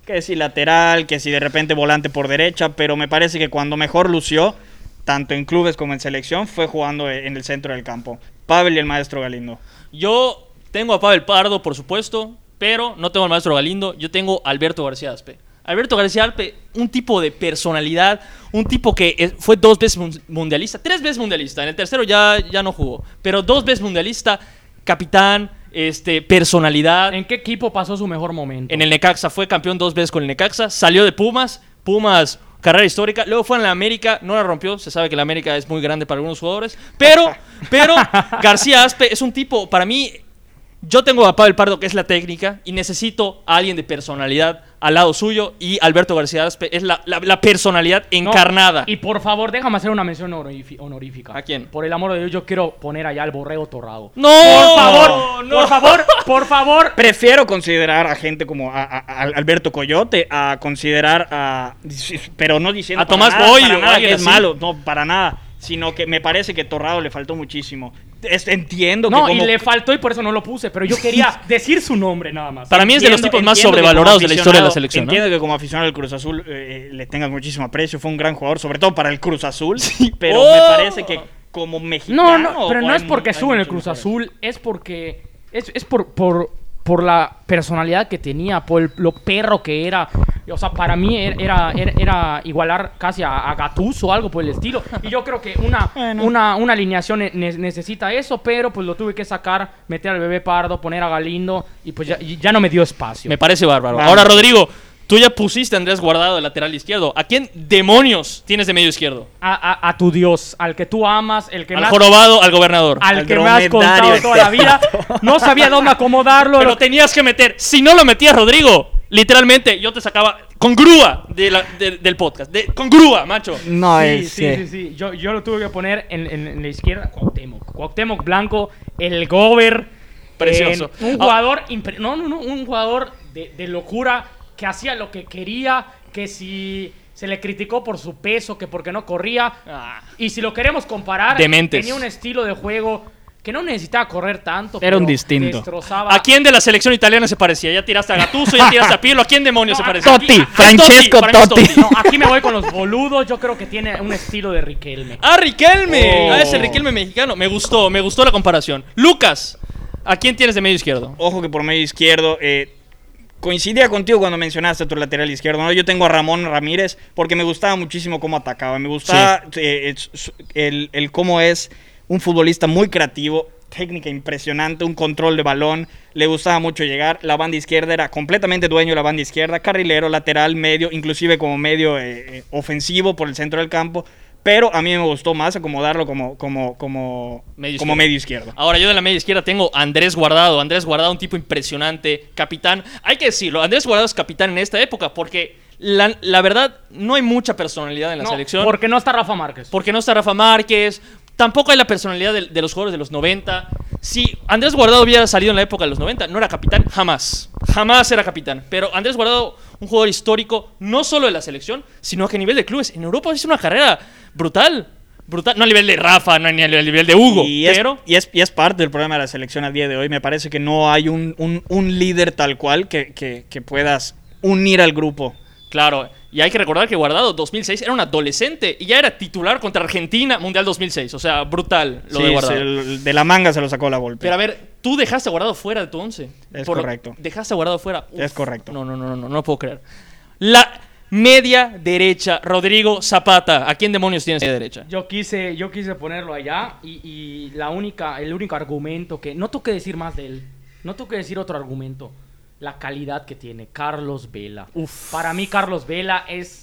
que si lateral, que si de repente volante por derecha, pero me parece que cuando mejor lució, tanto en clubes como en selección, fue jugando en el centro del campo. Pavel y el maestro Galindo. Yo tengo a Pavel Pardo, por supuesto, pero no tengo al maestro Galindo, yo tengo a Alberto García Aspe. Alberto García Aspe, un tipo de personalidad, un tipo que fue dos veces mundialista, tres veces mundialista, en el tercero ya, ya no jugó, pero dos veces mundialista, capitán, este, personalidad. ¿En qué equipo pasó su mejor momento? En el Necaxa, fue campeón dos veces con el Necaxa, salió de Pumas, Pumas, carrera histórica, luego fue en la América, no la rompió, se sabe que la América es muy grande para algunos jugadores, pero, pero García Aspe es un tipo, para mí, yo tengo a Pavel Pardo, que es la técnica, y necesito a alguien de personalidad al lado suyo, y Alberto García Aspe es la, la, la personalidad encarnada. No, y por favor, déjame hacer una mención honorífica. ¿A quién? Por el amor de Dios, yo quiero poner allá al Borrego Torrado. ¡No! Por favor, no. por favor, por favor. Prefiero considerar a gente como a, a, a Alberto Coyote a considerar a... Pero no diciendo a Tomás nada, Boy para o nada alguien que es así. malo, no, para nada. Sino que me parece que Torrado le faltó muchísimo. Es, entiendo que No, como... y le faltó y por eso no lo puse, pero yo quería decir su nombre nada más. Para mí es de los tipos más entiendo que sobrevalorados como de la historia de la aficionado- selección, ¿no? Entiendo que como aficionado del Cruz Azul eh, le tengas muchísimo aprecio. Fue un gran jugador, sobre todo para el Cruz Azul. Pero ¡Oh! me parece que como mexicano... No, no, pero no hay es porque mu- hay estuvo en el muchos Cruz mejores. Azul, es porque es, es por, por, por la personalidad que tenía, por el- lo perro que era. O sea, para mí era, era, era igualar casi a, a Gattuso o algo por el estilo. Y yo creo que una, Bueno. una, una alineación ne- necesita eso, pero pues lo tuve que sacar, meter al bebé Pardo, poner a Galindo y pues ya, ya no me dio espacio. Me parece bárbaro. Vamos. Ahora, Rodrigo, tú ya pusiste a Andrés Guardado de lateral izquierdo. ¿A quién demonios tienes de medio izquierdo? A, a, a tu Dios, al que tú amas, el que Al más... jorobado, al gobernador. Al Al que me has contado dromedario. toda la vida. No sabía dónde acomodarlo. Pero lo- tenías que meter. Si no lo metías, Rodrigo, literalmente yo te sacaba con grúa de la- de- del podcast. De, con grúa, macho. No, Sí, es sí, que- sí, sí. Yo, yo lo tuve que poner en, en- en la izquierda. Cuauhtémoc. Cuauhtémoc Blanco, el Gober. Precioso. Eh, un Ah. jugador... impre- No, no, no. Un jugador de, de locura que hacía lo que quería. Que si se le criticó por su peso, que porque no corría. Ah. Y si lo queremos comparar, Dementes. tenía un estilo de juego que no necesitaba correr tanto. Era un pero distinto. destrozaba- ¿A quién de la selección italiana se parecía? Ya tiraste a Gattuso, ya tiraste a Pirlo. ¿A quién demonios No, se a parecía? Totti, Es Francesco para mí es Totti. No, aquí me voy con los boludos. Yo creo que tiene un estilo de Riquelme. Ah, Riquelme. Oh. Ah, ese Riquelme mexicano. Me gustó, me gustó la comparación. Lucas, ¿a quién tienes de medio izquierdo? Ojo que por medio izquierdo, eh, coincidía contigo cuando mencionaste tu lateral izquierdo, ¿no? Yo tengo a Ramón Ramírez porque me gustaba muchísimo cómo atacaba. Me gustaba eh, es- el, el cómo es un futbolista muy creativo, técnica impresionante, un control de balón. Le gustaba mucho llegar. La banda izquierda era completamente dueño de la banda izquierda, carrilero, lateral, medio, inclusive como medio eh, eh, ofensivo por el centro del campo. Pero a mí me gustó más acomodarlo como, como, como, Medio como izquierdo. medio izquierdo. Ahora yo de la media izquierda tengo a Andrés Guardado. Andrés Guardado, un tipo impresionante, capitán. Hay que decirlo, Andrés Guardado es capitán en esta época porque la, la verdad no hay mucha personalidad en la No, selección. porque no está Rafa Márquez. Porque no está Rafa Márquez. Tampoco hay la personalidad de, de los jugadores de los noventa. Si Andrés Guardado hubiera salido en la época de los noventa, no era capitán jamás. Jamás era capitán. Pero Andrés Guardado, un jugador histórico, no solo de la selección, sino que a nivel de clubes. En Europa hizo una carrera brutal. Brutal. No a nivel de Rafa, no ni a nivel de Hugo. Y es, pero y, es, y es parte del problema de la selección a día de hoy. Me parece que no hay un, un, un líder tal cual que, que, que puedas unir al grupo. claro, y hay que recordar que Guardado dos mil seis era un adolescente y ya era titular contra Argentina, Mundial dos mil seis. O sea, brutal lo Sí, de Guardado. se- el- de la manga se lo sacó la Volpe. Pero a ver, tú dejaste a Guardado fuera de tu once. Es Por lo- correcto. Dejaste a Guardado fuera. Uf, Es correcto. No, no, no, no, no, no lo puedo creer. La media derecha, Rodrigo Zapata. ¿A quién demonios tienes media derecha? Yo quise, yo quise ponerlo allá y, y la única, el único argumento que... No tengo que decir más de él. No tengo que decir otro argumento. La calidad que tiene Carlos Vela. Uf. Para mí Carlos Vela es...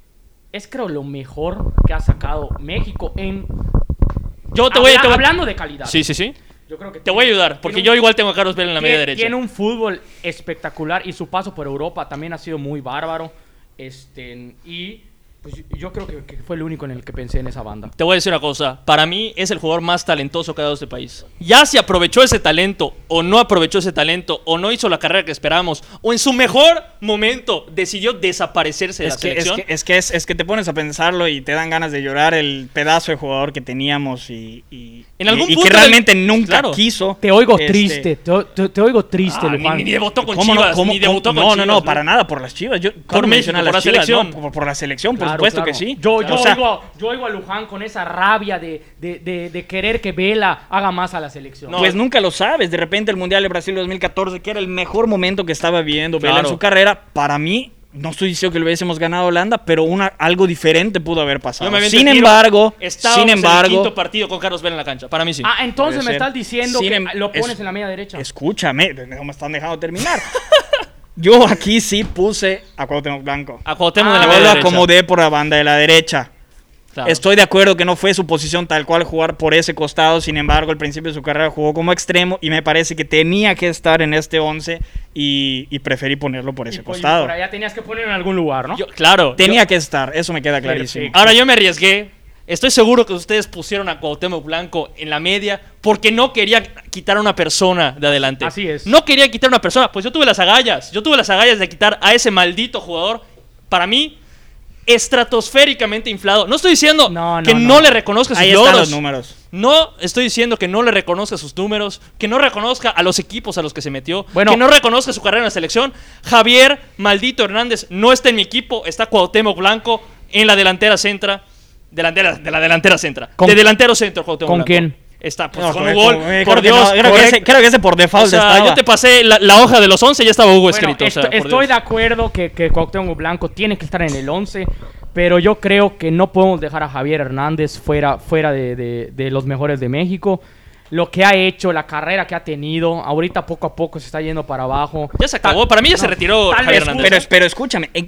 Es creo lo mejor que ha sacado México en... Yo te voy, Habla- te voy- Hablando de calidad. Sí, sí, sí. Yo creo que Te voy a ayudar, porque tiene yo un- igual tengo a Carlos Vela en la media tiene- derecha. Tiene un fútbol espectacular y su paso por Europa también ha sido muy bárbaro. Este, y Pues yo creo que, que fue el único en el que pensé en esa banda. Te voy a decir una cosa, para mí es el jugador más talentoso que ha dado este país. Ya si aprovechó ese talento o no aprovechó ese talento o no hizo la carrera que esperábamos o en su mejor momento decidió desaparecerse de Es la que, es, selección. que, es, que es, es que te pones a pensarlo y te dan ganas de llorar el pedazo de jugador que teníamos y, y, En algún y, y punto que realmente del- nunca claro. quiso. Te oigo este, triste, te, te- te oigo triste, Ah, ni, Luján. ni debutó con ¿Cómo no? Chivas, ¿Cómo- ni debutó cómo- con no, Chivas. no, no, para nada, por las Chivas. Yo, ¿cómo México, mencionas por las la Chivas? selección. No, por, por la selección, por Claro, supuesto claro. que sí. Yo, yo, O sea, oigo, a- yo oigo a Luján con esa rabia de, de, de, de querer que Vela haga más a la selección. No. Pues nunca lo sabes. De repente el Mundial de Brasil dos mil catorce, que era el mejor momento que estaba viviendo Vela Claro. en su carrera, para mí, no estoy diciendo que le hubiésemos ganado a Holanda, pero una, algo diferente pudo haber pasado. Yo me aviento Sin el tiro. embargo, Estábamos sin en el embargo, quinto partido con Carlos Vela en la cancha. Para mí sí. Ah, entonces Puede me ser. estás diciendo Sin que em- lo pones es- en la media derecha. escúchame, no me están dejando terminar. Yo aquí sí puse a Cuauhtémoc Blanco. A Cuauhtémoc Ah, de la Yo media lo derecha. acomodé por la banda de la derecha. Claro. Estoy de acuerdo que no fue su posición tal cual jugar por ese costado, sin embargo, al principio de su carrera jugó como extremo y me parece que tenía que estar en este once y, y preferí ponerlo por Y ese pues, costado. por allá tenías que ponerlo en algún lugar, ¿no? Yo- claro. Tenía yo- que estar, eso me queda clarísimo. Perfecto. Ahora yo me arriesgué. Estoy seguro que ustedes pusieron a Cuauhtémoc Blanco en la media porque no quería quitar a una persona de adelante. Así es. No quería quitar a una persona. Pues yo tuve las agallas. Yo tuve las agallas de quitar a ese maldito jugador. Para mí, estratosféricamente inflado. No estoy diciendo No, no, que no, no. le reconozca sus Ahí están logros. los números. No estoy diciendo que no le reconozca sus números, que no reconozca a los equipos a los que se metió, Bueno. que no reconozca su carrera en la selección. Javier Maldito Hernández no está en mi equipo, está Cuauhtémoc Blanco en la delantera centra. Delantera, de la delantera centra. ¿Con- de delantero centro, Cuauhtémoc ¿Con Blanco. quién? Está pues, No, con creo- Hugo. creo- Por creo que Dios. no, creo, que correcto. ese, creo que ese por O default sea, estaba. yo te pasé la, la hoja de los once y ya estaba Hugo Bueno, escrito. o sea, esto- por estoy Dios. de acuerdo que, que Cuauhtémoc Blanco tiene que estar en el once, pero yo creo que no podemos dejar a Javier Hernández fuera, fuera de, de- de los mejores de México. Lo que ha hecho, la carrera que ha tenido, ahorita poco a poco se está yendo para abajo. Ya se acabó. Para mí ya se retiró tal Javier vez Hernández. Pero, pero escúchame, en,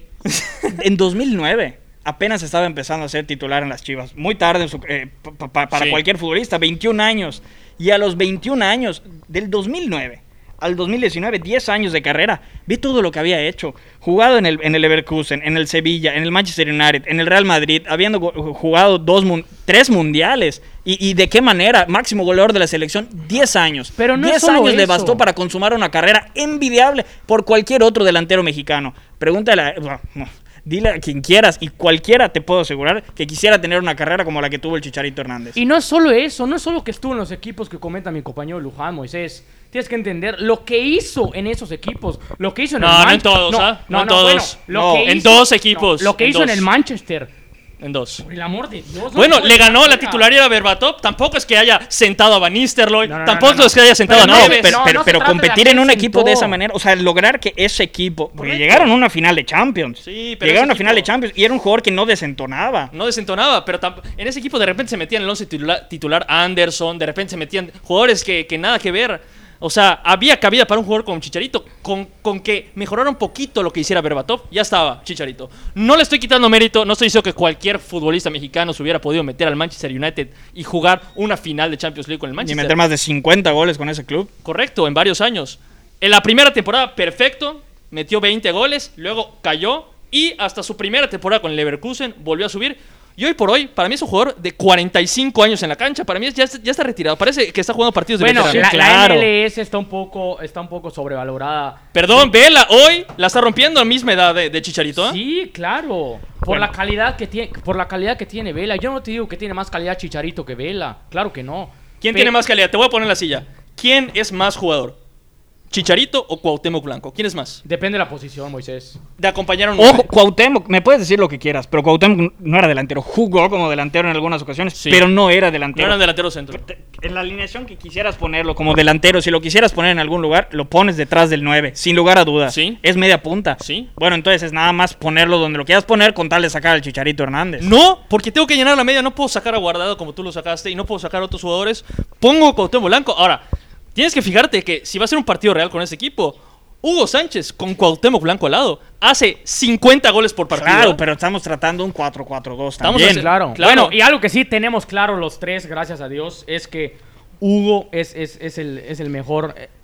en dos mil nueve apenas estaba empezando a ser titular en las Chivas. Muy tarde en su- eh, pa- pa- para Sí. cualquier futbolista, veintiún años. Y a los veintiún años, del dos mil nueve al dos mil diecinueve, diez años de carrera, vi todo lo que había hecho. Jugado en el, en el Leverkusen, en el Sevilla, en el Manchester United, en el Real Madrid, habiendo go- jugado dos mun- tres mundiales. Y, y de qué manera, máximo goleador de la selección, diez años. Pero no es diez solo años le eso. bastó para consumar una carrera envidiable por cualquier otro delantero mexicano. Pregúntale a... bueno, no, dile a quien quieras y cualquiera te puedo asegurar que quisiera tener una carrera como la que tuvo el Chicharito Hernández. Y no es solo eso, no es solo que estuvo en los equipos que comenta mi compañero Luján, Moisés. Tienes que entender lo que hizo en esos equipos, lo que hizo en No, el no en Manchester. todos, ¿ah? No en bueno, todos. lo No, que en hizo- dos equipos, no, lo que en hizo dos. en el Manchester. En dos. Por el amor de Dios. no Bueno, puede le ganó ser. la titularidad a Berbatov. Tampoco es que haya sentado a Van Nistelrooy. No, no, no, tampoco no, no. es que haya sentado Pero a no, Neves. pero, no, pero, no se pero trata de competir a en un quién equipo de sentó. esa manera, o sea, lograr que ese equipo, porque Correcto. llegaron a una final de Champions, Sí, pero llegaron a ese una final de equipo- Champions y era un jugador que no desentonaba. No desentonaba, pero tam- en ese equipo de repente se metían en el once titular, titular Anderson, de repente se metían jugadores que, que nada que ver. O sea, había cabida para un jugador como Chicharito, con, con que mejorara un poquito lo que hiciera Berbatov, ya estaba Chicharito. No le estoy quitando mérito, no estoy diciendo que cualquier futbolista mexicano se hubiera podido meter al Manchester United y jugar una final de Champions League con el Ni Manchester. meter más de cincuenta goles con ese club. Correcto, en varios años. En la primera temporada, perfecto, metió veinte goles, luego cayó y hasta su primera temporada con el Leverkusen volvió a subir. Y hoy por hoy, para mí es un jugador de cuarenta y cinco años en la cancha. Para mí es- ya, está- ya está retirado. Parece que está jugando partidos de Bueno, veterano. la, la claro. M L S está un poco, está un poco sobrevalorada. Perdón, Vela hoy la está rompiendo a misma edad de, de Chicharito. ¿eh? Sí, claro. Por Bueno. la calidad que tiene, por la calidad que tiene Vela. Yo no te digo que tiene más calidad Chicharito que Vela. Claro que no. ¿Quién Pe- tiene más calidad? Te voy a poner en la silla. ¿Quién es más jugador? ¿Chicharito o Cuauhtémoc Blanco? ¿Quién es más? Depende de la posición, Moisés. De acompañar a un... Ojo, Cuauhtémoc, me puedes decir lo que quieras, pero Cuauhtémoc no era delantero. Jugó como delantero en algunas ocasiones, Sí. pero no era No delantero. era delantero centro. En la alineación que quisieras ponerlo como delantero, si lo quisieras poner en algún lugar, lo pones detrás del nueve, sin lugar a dudas. Sí. Es media punta. Sí. Bueno, entonces es nada más ponerlo donde lo quieras poner con tal de sacar al Chicharito Hernández. No, porque tengo que llenar la media. No puedo sacar a Guardado como tú lo sacaste y no puedo sacar a otros jugadores. Pongo a Cuauhtémoc Blanco. Ahora, tienes que fijarte que si va a ser un partido real con ese equipo, Hugo Sánchez con Cuauhtémoc Blanco al lado hace cincuenta goles por partido. Claro, pero estamos tratando un cuatro cuatro dos Estamos también. haciendo- Claro. Claro. Bueno, y algo que sí tenemos claro los tres, gracias a Dios, es que Hugo es, es, es, el, es el mejor. eh,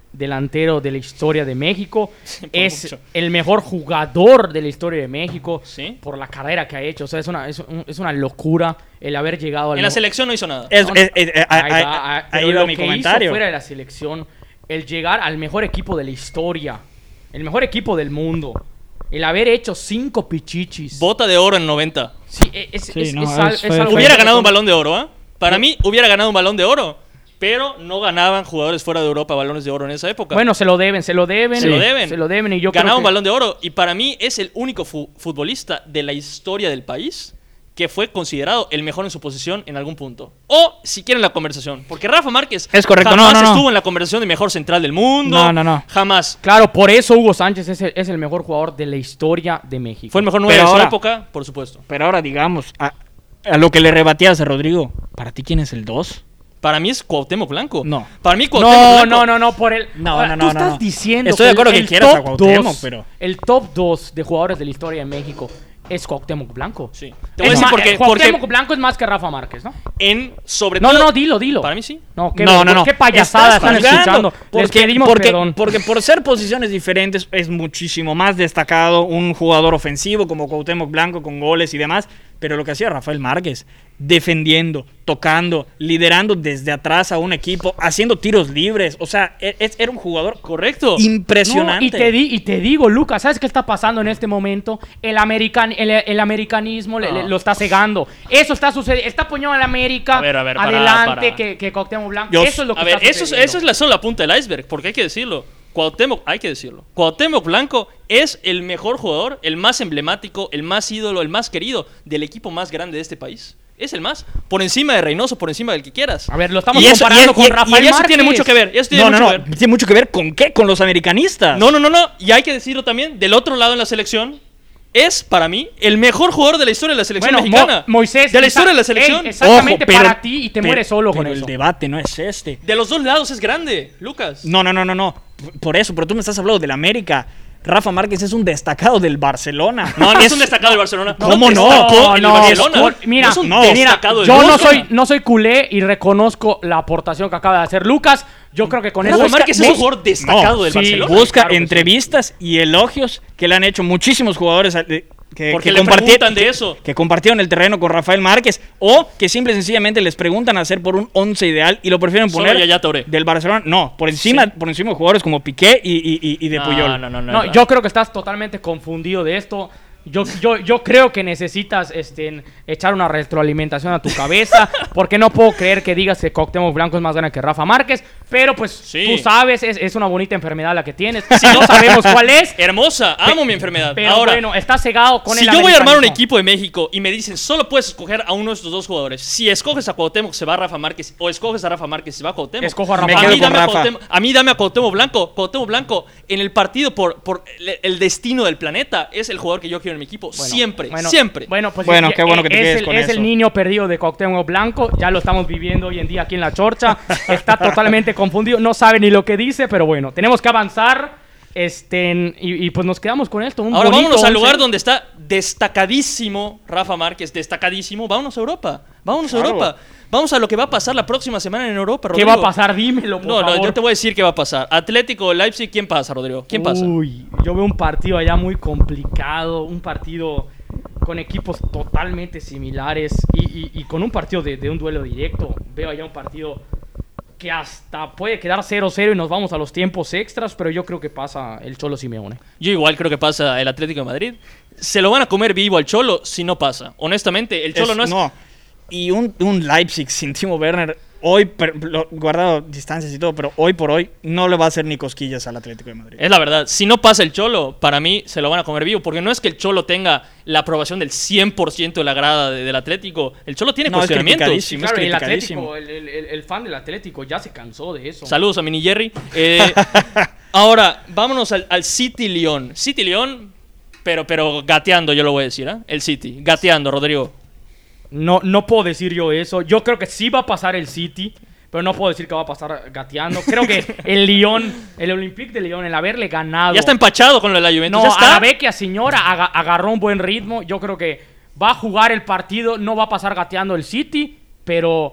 delantero de la historia de México. Sí, por Es mucho. el mejor jugador de la historia de México. Sí. Por la carrera que ha hecho. O sea, es una, es, un- es una locura el haber llegado al... En la no- selección no hizo nada. Es- No, es- es- Ahí ahí- va, ahí pero va lo mi que comentario. hizo fuera de la selección, el llegar al mejor equipo de la historia, el mejor equipo del mundo, el haber hecho cinco pichichis. Bota de oro en noventa. Sí, es, Sí, es- no, es al- es- es fue- algo fue- Hubiera que- ganado un balón de oro, ¿ah? Para mí, hubiera ganado un balón de oro. Pero no ganaban jugadores fuera de Europa balones de oro en esa época. Bueno, se lo deben, se lo deben. Se lo deben. Se lo deben y yo Ganaba creo un que- balón de oro. Y para mí es el único fu- futbolista de la historia del país que fue considerado el mejor en su posición en algún punto. O si quieren la conversación. Porque Rafa Márquez Es correcto, no, jamás no, no. estuvo en la conversación de mejor central del mundo. No, no, no. Jamás. Claro, por eso Hugo Sánchez es el, es el mejor jugador de la historia de México. Fue el mejor nueve Pero de su ahora- época, por supuesto. Pero ahora digamos, a, a lo que le rebatías a Rodrigo, ¿para ti quién es el dos? Para mí es Cuauhtémoc Blanco. No. Para mí Cuauhtémoc No, Blanco. no, no, no, por el... No, Ahora, no, no, Tú no, estás no. diciendo Estoy de acuerdo el- que el quieras a top Cuauhtémoc, dos, pero- el top dos de jugadores de la historia de México es Cuauhtémoc Blanco. Sí. Te Es voy a decir más, por qué. eh, Cuauhtémoc Porque Blanco es más que Rafa Márquez, ¿no? en, sobre No, todo... no, no, dilo, dilo. Para mí sí. No, qué, No, no, no. qué payasada Estás están juzgando, escuchando. Les Porque, pedimos porque, perdón. porque por ser posiciones diferentes es muchísimo más destacado un jugador ofensivo como Cuauhtémoc Blanco con goles y demás. Pero lo que hacía Rafael Márquez, defendiendo, tocando, liderando desde atrás a un equipo, haciendo tiros libres. O sea, e- es- era un jugador Correcto. impresionante. No, y, te di, y te digo, Lucas, ¿sabes qué está pasando en este momento? El, american, el, el americanismo le- le- No. lo está cegando. Eso está sucediendo. Está apoyando al América A ver, a ver, para, adelante para. Que, que Cuauhtémoc Blanco. Yo- eso es lo que A ver, está eso es, sucediendo. eso es la sola punta del iceberg, porque hay que decirlo. Cuauhtémoc, hay que decirlo. Cuauhtémoc Blanco es el mejor jugador, el más emblemático, el más ídolo, el más querido del equipo más grande de este país. Es el más. Por encima de Reynoso, por encima del que quieras. A ver, lo estamos Y eso- comparando y- con y- y Rafael y eso Márquez. tiene mucho que ver. Eso tiene No, no, mucho no. que ver. Tiene mucho que ver con qué, con los americanistas. No, no, no, no. Y hay que decirlo también, del otro lado en la selección, es para mí el mejor jugador de la historia de la selección Bueno, mexicana. Mo- Moisés. De la esa- historia de la selección. Ey, exactamente Ojo, pero- para ti y te pero- mueres solo con pero eso. el debate no es este. De los dos lados es grande, Lucas. No, no, no, no, no. Por eso, pero tú me estás hablando del América. Rafa Márquez es un destacado del Barcelona. No, no es un destacado del Barcelona. ¿Cómo no? destacó en el no, Barcelona. es- mira, No es un no, mira, destacado del yo no Barcelona. soy, no soy culé y reconozco la aportación que acaba de hacer Lucas. Yo creo que con Rafa eso... Márquez es un jugador destacado No, del sí, Barcelona. Busca claro que sí. entrevistas y elogios que le han hecho muchísimos jugadores eh, que, Porque que le comparti- preguntan de eso. que compartieron el terreno con Rafael Márquez o que simple y sencillamente les preguntan hacer por un once ideal y lo prefieren Solo poner Yaya Touré. del Barcelona. No, por encima, Sí. por encima de jugadores como Piqué y, y- y- y de No, Puyol. no, no, no, No, no. yo creo que estás totalmente confundido de esto. Yo, yo, yo creo que necesitas este, echar una retroalimentación a tu cabeza, porque no puedo creer que digas que Cuauhtémoc Blanco es más grande que Rafa Márquez, pero pues Sí. tú sabes, es, es una bonita enfermedad la que tienes. Si no sabemos cuál es, Hermosa, amo mi enfermedad. pero Ahora, bueno, estás cegado con si el yo voy a armar un americanismo. equipo de México y me dicen solo puedes escoger a uno de estos dos jugadores, si escoges a Cuauhtémoc se va Rafa Márquez o escoges a Rafa Márquez se va Cuauhtémoc. Escojo a Rafa Me a quedo mí, con dame a, Rafa. Cuauhtémoc, a mí dame a Cuauhtémoc Blanco. Cuauhtémoc Blanco en el partido por, por el, el destino del planeta es el jugador que yo quiero en mi equipo. Bueno, siempre, bueno, siempre. Bueno, pues Bueno, es, qué bueno que te es quedes el, con es eso. el niño perdido de Cuauhtémoc Blanco. Ya lo estamos viviendo hoy en día aquí en La Chorcha. Está totalmente confundido. No sabe ni lo que dice, pero bueno, tenemos que avanzar. Este, y, y pues nos quedamos con esto. Un Ahora bonito vámonos al once. lugar donde está destacadísimo Rafa Márquez, destacadísimo. Vámonos a Europa. Vámonos Claro. a Europa. Vamos a lo que va a pasar la próxima semana en Europa, ¿Qué Rodrigo. va a pasar? Dímelo, por No, no, favor. yo te voy a decir qué va a pasar. Atlético Leipzig, ¿quién pasa, Rodrigo? ¿Quién pasa? Uy, yo veo un partido allá muy complicado, un partido con equipos totalmente similares y, y- y con un partido de, de un duelo directo. Veo allá un partido que hasta puede quedar cero cero y nos vamos a los tiempos extras, pero yo creo que pasa el Cholo Simeone. Yo igual creo que pasa el Atlético de Madrid. Se lo van a comer vivo al Cholo si no pasa. Honestamente, el Cholo Es- no es... No. Y un, un Leipzig sin Timo Werner, hoy, per- lo- guardado distancias y todo, pero hoy por hoy no le va a hacer ni cosquillas al Atlético de Madrid. Es la verdad. Si no pasa el Cholo, para mí se lo van a comer vivo. Porque no es que el Cholo tenga la aprobación del cien por ciento de la grada de- del Atlético. El Cholo tiene No, es cuestionamientos. criticadísimo. Claro, y el criticadísimo. Atlético, el, el- el fan del Atlético ya se cansó de eso. Saludos a Mini Jerry. Eh, ahora, vámonos al, al City León. City León, pero, pero gateando, yo lo voy a decir, ¿eh? El City. Gateando, Rodrigo. No, no puedo decir yo eso. Yo creo que sí va a pasar el City, pero no puedo decir que va a pasar gateando. Creo que el Lyon, el Olympique de Lyon, el haberle ganado... Ya está empachado con lo de la Juventus. No, ya a está. la Vecchia señora aga- agarró un buen ritmo. Yo creo que va a jugar el partido, no va a pasar gateando el City, pero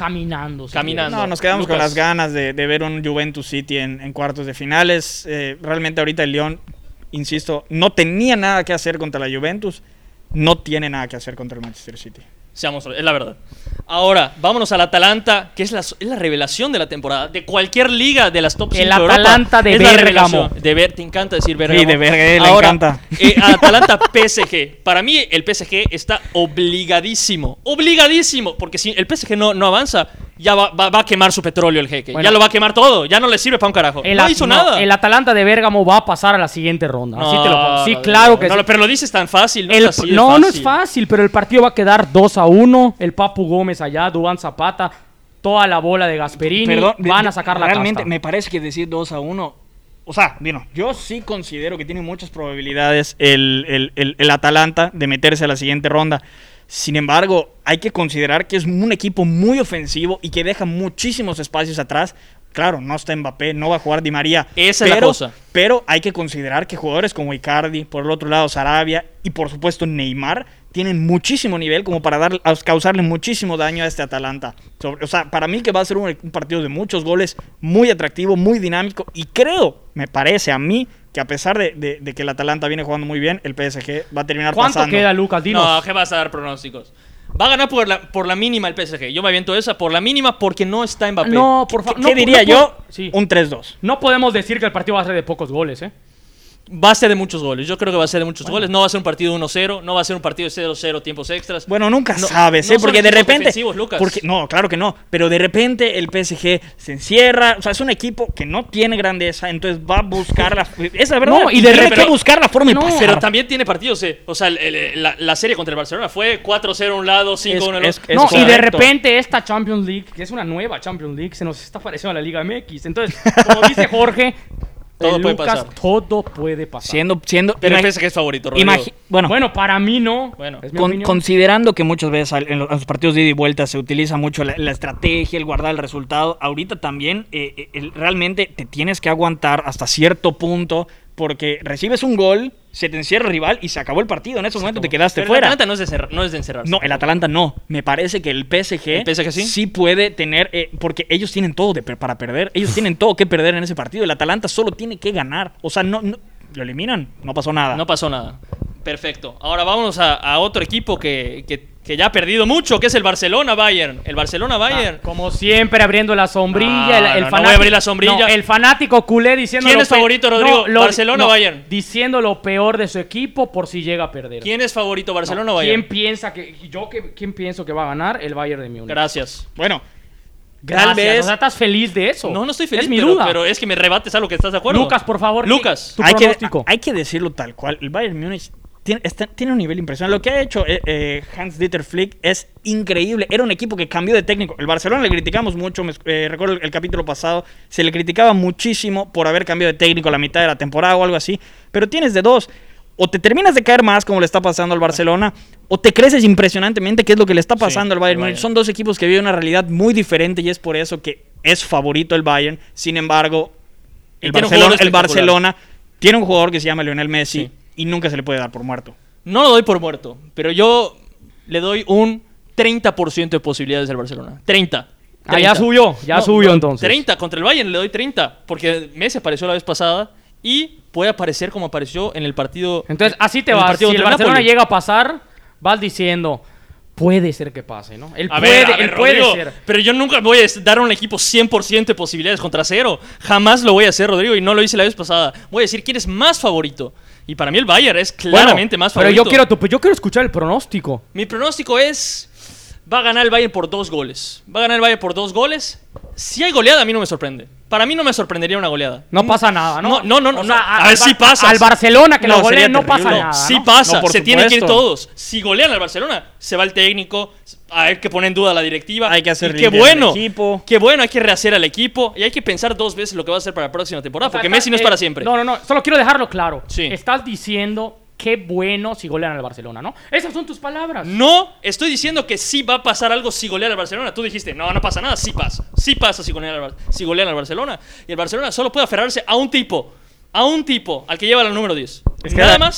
caminando. si Caminando. No, nos quedamos Lucas. con las ganas de, de ver un Juventus City en, en cuartos de finales. Eh, realmente ahorita el Lyon, insisto, no tenía nada que hacer contra la Juventus, no tiene nada que hacer contra el Manchester City. Seamos, es la verdad. Ahora, vámonos al Atalanta, que es la, es la revelación de la temporada. De cualquier liga de las top cinco El de Europa, Atalanta de es la Bérgamo. revelación. De Ver, te encanta decir Bérgamo. Sí, de Bérgamo, le Ahora, encanta. eh, Atalanta P S G. Para mí, el P S G está obligadísimo. Obligadísimo. Porque si el P S G no, no avanza, ya va, va, va a quemar su petróleo el jeque. Bueno. Ya lo va a quemar todo. Ya no le sirve para un carajo. El no At- hizo no, nada. El Atalanta de Bérgamo va a pasar a la siguiente ronda. Así te lo pongo. Sí, no, claro que no, sí. no, pero lo dices tan fácil. No, El- es así de no, fácil. no es fácil, pero el partido va a quedar dos a uno. El Papu Gómez allá, Duván Zapata, toda la bola de Gasperini. Perdón, van de- a sacar la realmente casta. me parece que decir dos a uno, o sea, bueno, yo sí considero que tiene muchas probabilidades el, el, el, el Atalanta de meterse a la siguiente ronda. Sin embargo, hay que considerar que es un equipo muy ofensivo y que deja muchísimos espacios atrás. Claro, no está Mbappé, no va a jugar Di María. Esa es la pero, cosa. Pero hay que considerar que jugadores como Icardi, por el otro lado Sarabia y por supuesto Neymar tienen muchísimo nivel como para dar, a causarle muchísimo daño a este Atalanta. Sobre, o sea, para mí que va a ser un, un partido de muchos goles, muy atractivo, muy dinámico y creo, me parece a mí, que a pesar de, de, de que el Atalanta viene jugando muy bien, el P S G va a terminar ¿Cuánto pasando. queda, Lucas? Dinos. No, ¿qué vas a dar pronósticos? Va a ganar por la, por la mínima el P S G. Yo me aviento esa por la mínima porque no está Mbappé. No, por favor. ¿Qué, qué diría yo? Sí. Un tres dos. No podemos decir que el partido va a ser de pocos goles, ¿eh? Va a ser de muchos goles. Yo creo que va a ser de muchos goles. No va a ser un partido uno cero. No va a ser un partido de cero cero tiempos extras. Bueno, nunca No- sabes, no ¿eh? son Porque de equipos repente. defensivos, Lucas. Porque, no, claro que no. Pero de repente el P S G se encierra. O sea, es un equipo que no tiene grandeza. Entonces va a buscar la. Es la verdad. No, y y de tiene repente- que buscar la forma de No, pasar. Pero también tiene partidos, eh. O sea, el- el- la, la serie contra el Barcelona fue cuatro cero a un lado, cinco uno al Es- otro. es No, y de correcto. repente esta Champions League, que es una nueva Champions League, se nos está pareciendo a la Liga M X. Entonces, como dice Jorge, Todo eh, puede Lucas, pasar. todo puede pasar. Siendo. siendo Pero el imagi- P S G es favorito, Rodrigo. imagi- bueno, Bueno, para mí no. Bueno, es mi con- opinión. considerando que muchas veces al- en los, en los partidos de ida y vuelta se utiliza mucho la, la estrategia, el guardar el resultado, ahorita también eh, eh, el- realmente te tienes que aguantar hasta cierto punto porque recibes un gol, se te encierra el rival y se acabó el partido. En ese momento te quedaste Pero fuera. El Atalanta no es de, encerrar- no es de encerrarse. No, el Atalanta no. Me parece que el P S G, ¿El P S G sí? puede tener, eh, porque ellos tienen todo de per- para perder. Ellos tienen todo que perder en ese partido. El Atalanta solo tiene que ganar. O sea, no, no lo eliminan, no pasó nada. No pasó nada. Perfecto. Ahora vámonos a, a otro equipo que, que, que ya ha perdido mucho, que es el Barcelona-Bayern. El Barcelona-Bayern. Ah, como siempre, abriendo la sombrilla. No, el, el no, no fanático, voy a abrir la sombrilla. no, el fanático culé diciendo. ¿Quién lo es pe- favorito, Rodrigo? ¿Barcelona o Bayern? Diciendo lo peor de su equipo por si llega a perder. ¿Quién es favorito, Barcelona No, o Bayern? ¿Quién piensa que yo que, quién pienso que va a ganar? El Bayern de Múnich. Gracias. Bueno, Gracias. tal vez- O sea, ¿estás feliz de eso? No, no estoy feliz, Es mi pero, duda. pero es que me rebates algo que estás de acuerdo. Lucas, por favor. Lucas. Tu hay que, pronóstico. hay que decirlo tal cual. El Bayern Múnich tiene, está- tiene un nivel impresionante. Lo que ha hecho eh, eh, Hans-Dieter Flick es increíble. Era un equipo que cambió de técnico. El Barcelona le criticamos mucho. Me, eh, recuerdo el, el capítulo pasado. Se le criticaba muchísimo por haber cambiado de técnico a la mitad de la temporada o algo así. Pero tienes de dos. O te terminas de caer más, como le está pasando al Barcelona, o te creces impresionantemente, que es lo que le está pasando Sí, al Bayern el Múnich. Bayern. Son dos equipos que viven una realidad muy diferente y es por eso que es favorito el Bayern. Sin embargo, Y el tiene un Barcelona, jugador el espectacular. Barcelona tiene un jugador que se llama Lionel Messi Sí. y nunca se le puede dar por muerto. No lo doy por muerto, pero yo le doy un treinta por ciento de posibilidades del Barcelona. treinta. Ah, ya subió, ya subió entonces. treinta contra el Bayern le doy treinta, porque Messi apareció la vez pasada y puede aparecer como apareció en el partido. Entonces, así te en el vas. Si partido el contra el Barcelona Napoli. llega a pasar, vas diciendo, puede ser que pase, ¿no? Él A puede, ver, a ver, él puede Rodrigo, ser. pero yo nunca voy a dar a un equipo cien por ciento de posibilidades contra cero. Jamás lo voy a hacer, Rodrigo, y no lo hice la vez pasada. Voy a decir quién es más favorito. Y para mí el Bayern es claramente Bueno, más pero favorito. yo quiero, tu- yo quiero escuchar el pronóstico. Mi pronóstico es... Va a ganar el Bayern por dos goles. Va a ganar el Bayern por dos goles. Si hay goleada, a mí no me sorprende. Para mí no me sorprendería una goleada. No pasa nada, ¿no? No, no, no. O no. sea, A al ver, sí Bar- pasa. Al Barcelona que No, lo goleen sería no pasa terrible. nada, Sí ¿no? pasa, No, por se tienen que ir supuesto. todos. Si golean al Barcelona, se va el técnico, hay que poner en duda a la directiva. Hay que hacer y qué limpiar el bueno, equipo. qué bueno, hay que rehacer al equipo y hay que pensar dos veces lo que va a hacer para la próxima temporada, O sea, porque estás- Messi no es eh, para siempre. No, no, no. Solo quiero dejarlo claro. Sí. Estás diciendo qué bueno si golean al Barcelona, ¿no? Esas son tus palabras. No, estoy diciendo que sí va a pasar algo si golean al Barcelona. Tú dijiste, no, no pasa nada, sí pasa. Sí pasa si golean al, Bar- si golean al Barcelona. Y el Barcelona solo puede aferrarse a un tipo, a un tipo, al que lleva la número diez. Es que Nada da- más.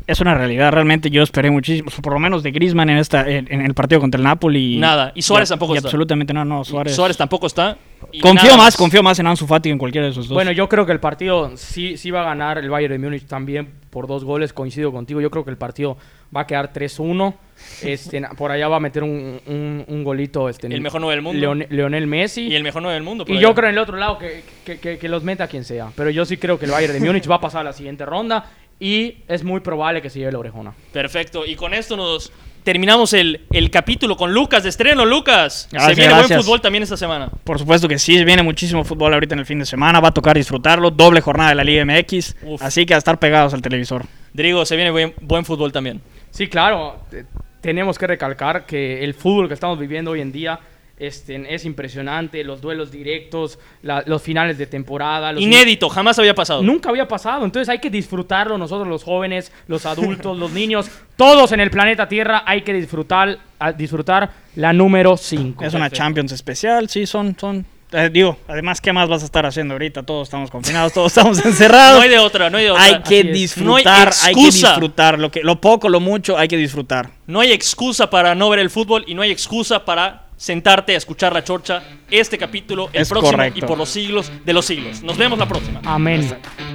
Es una realidad, realmente yo esperé muchísimo, por lo menos de Griezmann en esta en, en el partido contra el Napoli. Nada, y Suárez y, tampoco y está. absolutamente no, no, Suárez. Suárez tampoco está. Y Confío nada más, confío más en Ansu Fati que en cualquiera de esos dos. Bueno, yo creo que el partido sí, sí va a ganar el Bayern de Múnich también por dos goles, coincido contigo. Yo creo que el partido va a quedar tres uno. Este, por allá va a meter un, un, un golito. Este, El mejor nueve del mundo. Leon, Lionel Messi. Y el mejor nueve del mundo. por Y allá. yo creo en el otro lado que, que, que, que los meta quien sea. Pero yo sí creo que el Bayern de Múnich va a pasar a la siguiente ronda y es muy probable que se lleve la orejona. Perfecto. Y con esto nos terminamos el, el capítulo con Lucas de estreno. Lucas, Gracias, se viene gracias. buen fútbol también esta semana. Por supuesto que sí, viene muchísimo fútbol ahorita en el fin de semana, va a tocar disfrutarlo, doble jornada de la Liga M X, Uf. así que a estar pegados al televisor. Drigo, se viene buen, buen fútbol también. Sí, claro. Te- Tenemos que recalcar que el fútbol que estamos viviendo hoy en día este, es impresionante. Los duelos directos, la- los finales de temporada. Los Inédito, jamás había pasado. Nunca había pasado, entonces hay que disfrutarlo nosotros los jóvenes, los adultos, los niños, todos en el planeta Tierra hay que disfrutar, a disfrutar la número cinco. Es una Champions especial, sí, son, son, eh, digo, además, ¿qué más vas a estar haciendo ahorita? Todos estamos confinados, todos estamos encerrados. No hay de otra, no hay de otra. Hay que Así es. disfrutar, No hay hay que excusa. disfrutar, lo, que, lo poco, lo mucho, hay que disfrutar. No hay excusa para no ver el fútbol y no hay excusa para sentarte a escuchar la chorcha. Este capítulo, el Es próximo correcto. y por los siglos de los siglos. Nos vemos la próxima. Amén.